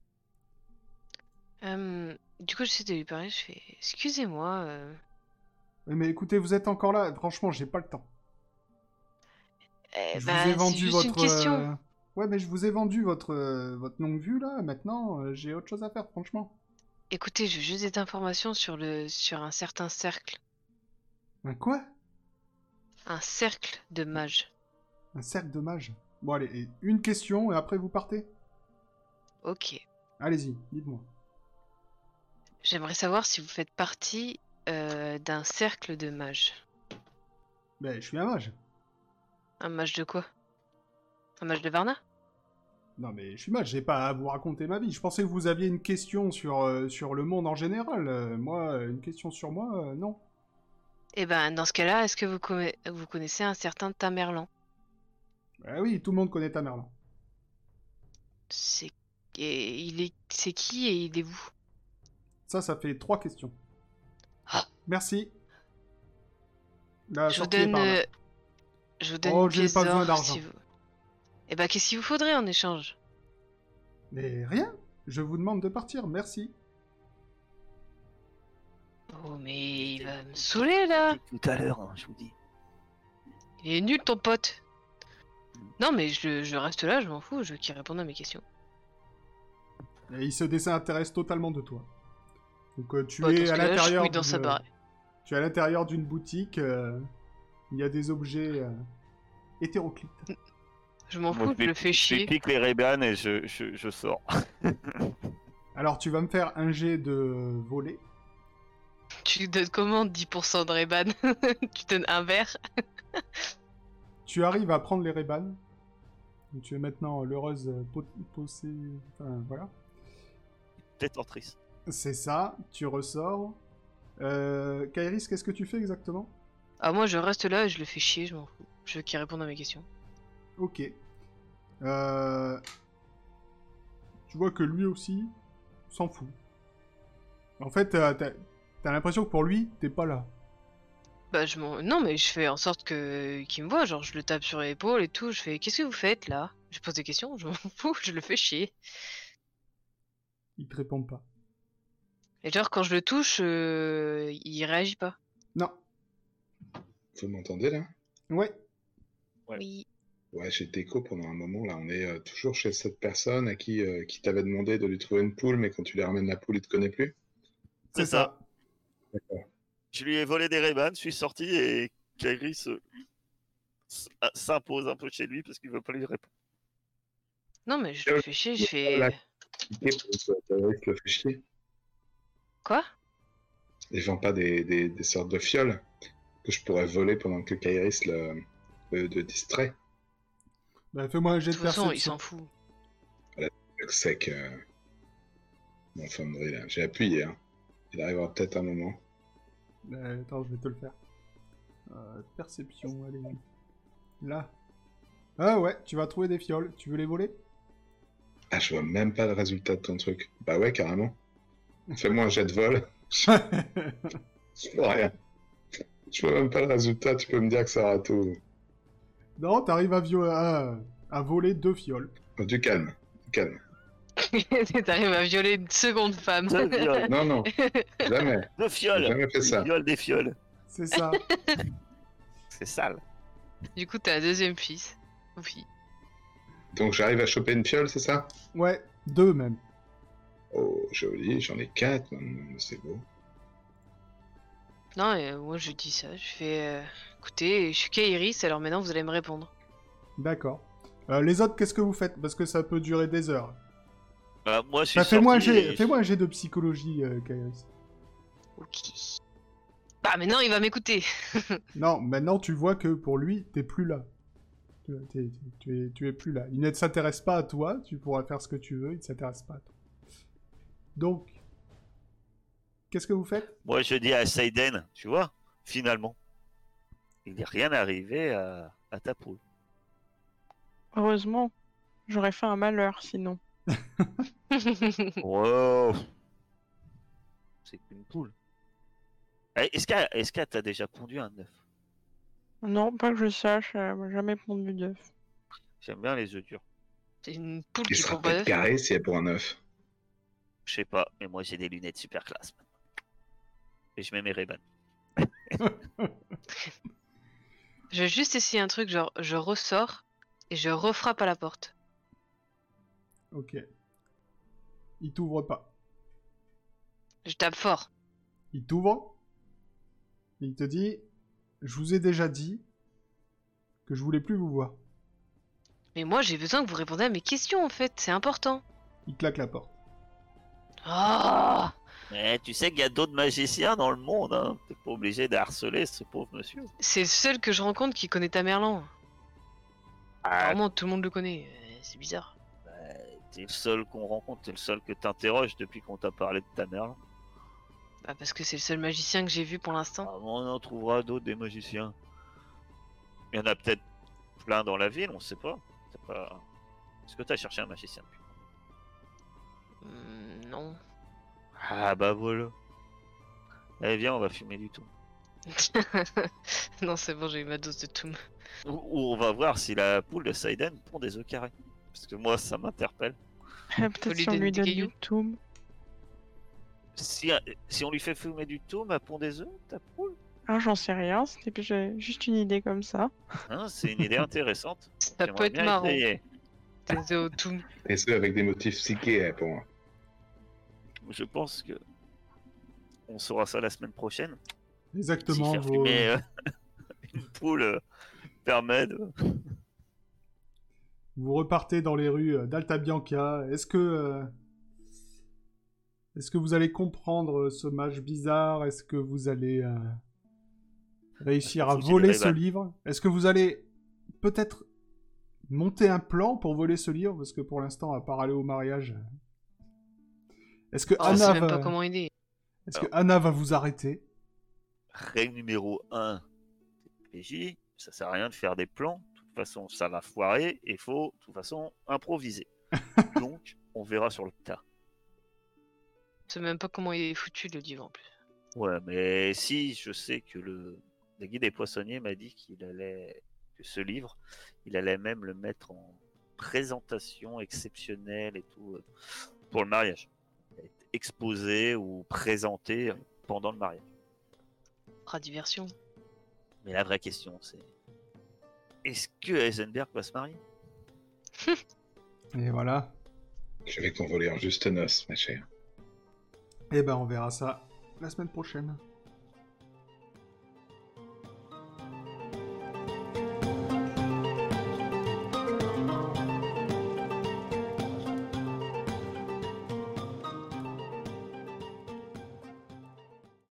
S3: Euh, du coup, j'essaie de lui parler, je fais... Excusez-moi, euh,
S1: Oui, mais écoutez, vous êtes encore là. Franchement, j'ai pas le temps.
S3: eh
S1: Je
S3: ben,
S1: vous ai
S3: c'est
S1: vendu
S3: juste
S1: votre.
S3: une question.
S1: euh, Ouais, mais je vous ai vendu votre euh, votre longue vue là. Maintenant, euh, j'ai autre chose à faire, franchement.
S3: Écoutez, je veux juste des informations sur le sur un certain cercle.
S1: Un quoi?
S3: Un cercle de mages.
S1: Un cercle de mages. Bon, allez, et une question et après vous partez.
S3: Ok.
S1: Allez-y, dites-moi.
S3: J'aimerais savoir si vous faites partie euh, d'un cercle de mages.
S1: Ben, je suis un mage.
S3: Un mage de quoi? Un mage de Varna?
S1: Non, mais je suis mage, j'ai pas à vous raconter ma vie. Je pensais que vous aviez une question sur, euh, sur le monde en général. Euh, moi, euh, une question sur moi, euh, non.
S3: Eh ben, dans ce cas-là, est-ce que vous, conna- vous connaissez un certain Tamerlan?
S1: Ah oui, tout le monde connaît Tamerlan.
S3: C'est et il est c'est qui et il est où?
S1: Ça, ça fait trois questions.
S3: Ah.
S1: Merci. La
S3: Je vous
S1: sortie est
S3: donne
S1: par là.
S3: euh, je vous donne
S1: Oh,
S3: une
S1: j'ai
S3: pièce
S1: pas besoin
S3: d'or
S1: d'argent.
S3: si vous... Eh ben, qu'est-ce qu'il vous faudrait en échange?
S1: Mais rien, je vous demande de partir, merci.
S3: Oh, mais il va me saouler là!
S4: Tout à l'heure, hein, je vous dis.
S3: Il est nul ton pote! Non, mais je, je reste là, je m'en fous, je veux qu'il réponde à mes questions.
S1: Et il se désintéresse totalement de toi. Donc euh, tu
S3: Bah, dans
S1: es
S3: ce
S1: à
S3: cas-là, je
S1: l'intérieur
S3: fouille dans sa
S1: d'une-
S3: baraque.
S1: tu es à l'intérieur d'une boutique. euh, Il y a des objets euh, hétéroclites.
S3: Je m'en
S4: Moi,
S3: fous,
S4: je
S3: je
S4: lui-
S3: le fais
S4: Je lui
S3: chier.
S4: pique les Ray-Ban et je, je, je sors.
S1: Alors tu vas me faire un jet de voler.
S3: Tu donnes comment dix pour cent de Ray-Ban? Tu donnes un verre?
S1: Tu arrives à prendre les Ray-Ban. Donc, tu es maintenant l'heureuse euh, po- possé... Enfin, voilà.
S4: Détentrice.
S1: C'est ça, tu ressors. Euh, Kairis, qu'est-ce que tu fais exactement?
S3: Ah, moi je reste là et je le fais chier, je m'en fous. Je veux qu'il réponde à mes questions.
S1: Ok. Euh... Tu vois que lui aussi s'en fout. En fait, euh, t'as t'as l'impression que pour lui, t'es pas là.
S3: Bah, je m'en. Non, mais je fais en sorte que qu'il me voit, genre je le tape sur l'épaule et tout. Je fais qu'est-ce que vous faites là? Je pose des questions, je m'en fous, je le fais chier.
S1: Il te répond pas.
S3: Et genre quand je le touche, euh, il réagit pas.
S1: Non.
S2: Vous m'entendez là?
S1: Ouais.
S4: Ouais.
S3: Oui.
S2: Ouais, j'ai déco pendant un moment là. On est euh, toujours chez cette personne à qui, euh, qui t'avait demandé de lui trouver une poule, mais quand tu lui ramènes la poule, il te connaît plus.
S1: C'est
S4: C'est
S1: ça.
S4: Je lui ai volé des Ray-Ban, je suis sorti et Kairi se... s- ah, s'impose un peu chez lui parce qu'il veut pas lui répondre.
S3: Non, mais je le fais chier, je fais.
S2: Là. Et pour que Kairis le fait chier.
S3: Quoi?
S2: Il vend pas des, des, des sortes de fioles que je pourrais voler pendant que Kairis le, le, le distrait.
S1: Bah, fais-moi un jet
S3: De
S1: de
S3: toute façon, il
S1: perception.
S3: s'en fout.
S2: C'est que. euh, Mon fonderie là. J'ai appuyé, hein. Il arrivera peut-être un moment.
S1: Euh, attends, je vais te le faire. Euh, perception, allez. Là. Ah ouais, tu vas trouver des fioles. Tu veux les voler?
S2: Ah, je vois même pas le résultat de ton truc. Bah ouais, carrément. Fais-moi un jet de vol. Je vois rien. Je vois même pas le résultat, tu peux me dire que ça aura tout.
S1: Non, t'arrives à, vio- à... à voler deux fioles.
S2: Oh, du calme, du calme.
S3: T'arrives à violer une seconde femme.
S4: Deux viols,
S2: Non, non, jamais.
S4: deux fioles,
S2: J'ai jamais fait
S4: des
S2: ça.
S4: viols, des fioles.
S1: C'est ça.
S4: C'est sale.
S3: Du coup, t'as un deuxième fils. Ou fille.
S2: Donc j'arrive à choper une fiole, c'est ça?
S1: Ouais, deux même.
S2: Oh, joli, j'en ai quatre maintenant, c'est beau.
S3: Non, et, euh, moi je dis ça. Je fais. euh, Écoutez, je suis Kairis, alors maintenant vous allez me répondre.
S1: D'accord. Euh, les autres, qu'est-ce que vous faites? Parce que ça peut durer des heures.
S4: Bah, moi, je suis
S1: Bah, fais-moi un,
S4: sorti
S1: jet-
S4: et-
S1: fais-moi un jet de psychologie, euh, Kairis.
S3: Ok. Bah, maintenant il va m'écouter.
S1: Non, maintenant tu vois que pour lui, t'es plus là. Tu, t'es- tu es, tu es plus là. Il ne s'intéresse pas à toi, tu pourras faire ce que tu veux, il ne s'intéresse pas à toi. Donc, qu'est-ce que vous faites?
S4: Moi, je dis à Seiden, tu vois, finalement, il n'est rien arrivé à, à ta poule.
S5: Heureusement, j'aurais fait un malheur sinon.
S4: Wow. C'est qu'une poule. Eh, Est-ce qu'elle est qu'elle t'a déjà pondu un œuf?
S5: Non, pas que je sache, elle m'a jamais pondu d'œuf.
S4: J'aime bien les œufs durs.
S3: C'est une poule
S2: Il
S3: qui
S2: sera
S3: prend pas
S2: peut-être
S3: d'œuf.
S2: carré s'il y a pour un œuf.
S4: Je sais pas, mais moi j'ai des lunettes super classe maintenant. Et je mets mes Ray-Ban.
S3: Je vais juste essayer un truc, genre je ressors et je refrappe à la porte.
S1: Ok. Il t'ouvre pas.
S3: Je tape fort.
S1: Il t'ouvre. Il te dit, je vous ai déjà dit que je voulais plus vous voir.
S3: Mais moi j'ai besoin que vous répondiez à mes questions en fait, c'est important.
S1: Il claque la porte.
S3: Ah,
S4: Mais tu sais qu'il y a d'autres magiciens dans le monde, hein. T'es pas obligé de harceler ce pauvre monsieur.
S3: c'est le seul que je rencontre qui connaît Tamerlan.
S4: Ah,
S3: Vraiment tout le monde le connaît, euh, c'est bizarre.
S4: t'es le seul qu'on rencontre, t'es le seul que t'interroges depuis qu'on t'a parlé de ta mère.
S3: Bah parce que c'est le seul magicien que j'ai vu pour l'instant.
S4: Ah, on en trouvera d'autres des magiciens. Il y en a peut-être plein dans la ville, on sait pas. T'as pas... Est-ce que t'as cherché un magicien depuis?
S3: Hmm, non.
S4: Ah bah voilà. Allez viens, on va fumer du tout.
S3: Non c'est bon, j'ai eu ma dose de toum.
S4: Ou, ou on va voir si la poule de Seiden pond des œufs carrés. Parce que moi ça m'interpelle.
S5: Peut-être
S3: lui
S5: si on
S3: donner
S5: lui
S3: des
S5: donne
S3: cailloux
S5: du toum.
S4: Si, si on lui fait fumer du tome, elle pond des œufs, ta poule?
S5: Ah, j'en sais rien, c'était ju- juste une idée comme ça.
S4: Hein, c'est une idée intéressante.
S3: Ça peut
S4: J'aimerais
S3: être
S4: bien
S3: marrant.
S4: essayer.
S3: Des œufs au tout.
S2: Et ce, avec des motifs psychés hein, pour moi.
S4: Je pense que on saura ça la semaine prochaine. Si
S1: Exactement.
S4: faire
S1: Vos...
S4: fumer euh, une poule euh, permet de...
S1: Vous repartez dans les rues euh, d'Alta Bianca. Est-ce que... euh, Est-ce que vous allez comprendre ce match bizarre? Est-ce que vous allez euh, réussir à
S4: Faut qu'il
S1: voler
S4: y
S1: ce
S4: arrive.
S1: livre? Est-ce que vous allez peut-être monter un plan pour voler ce livre? Parce que pour l'instant, à part aller au mariage... Est-ce que,
S3: Oh, je sais
S1: Anna
S3: même
S1: va...
S3: pas comment aider.
S1: Est-ce que Anna va vous arrêter?
S4: Règle numéro un, P J, ça sert à rien de faire des plans. De toute façon, ça va foirer et il faut, de toute façon, improviser. Donc, on verra sur le tas.
S3: Je sais même pas comment il est foutu le livre en plus.
S4: Ouais, mais si, je sais que le, le guide des poissonniers m'a dit qu'il allait, que ce livre, il allait même le mettre en présentation exceptionnelle et tout euh, pour le mariage. Il a été exposé ou présenté pendant le mariage.
S3: Ah, diversion.
S4: Mais la vraie question, c'est est-ce que Heisenberg va se marier?
S1: Et voilà.
S2: Je vais convoler en juste noces, ma chère.
S1: Eh ben, on verra ça la semaine prochaine.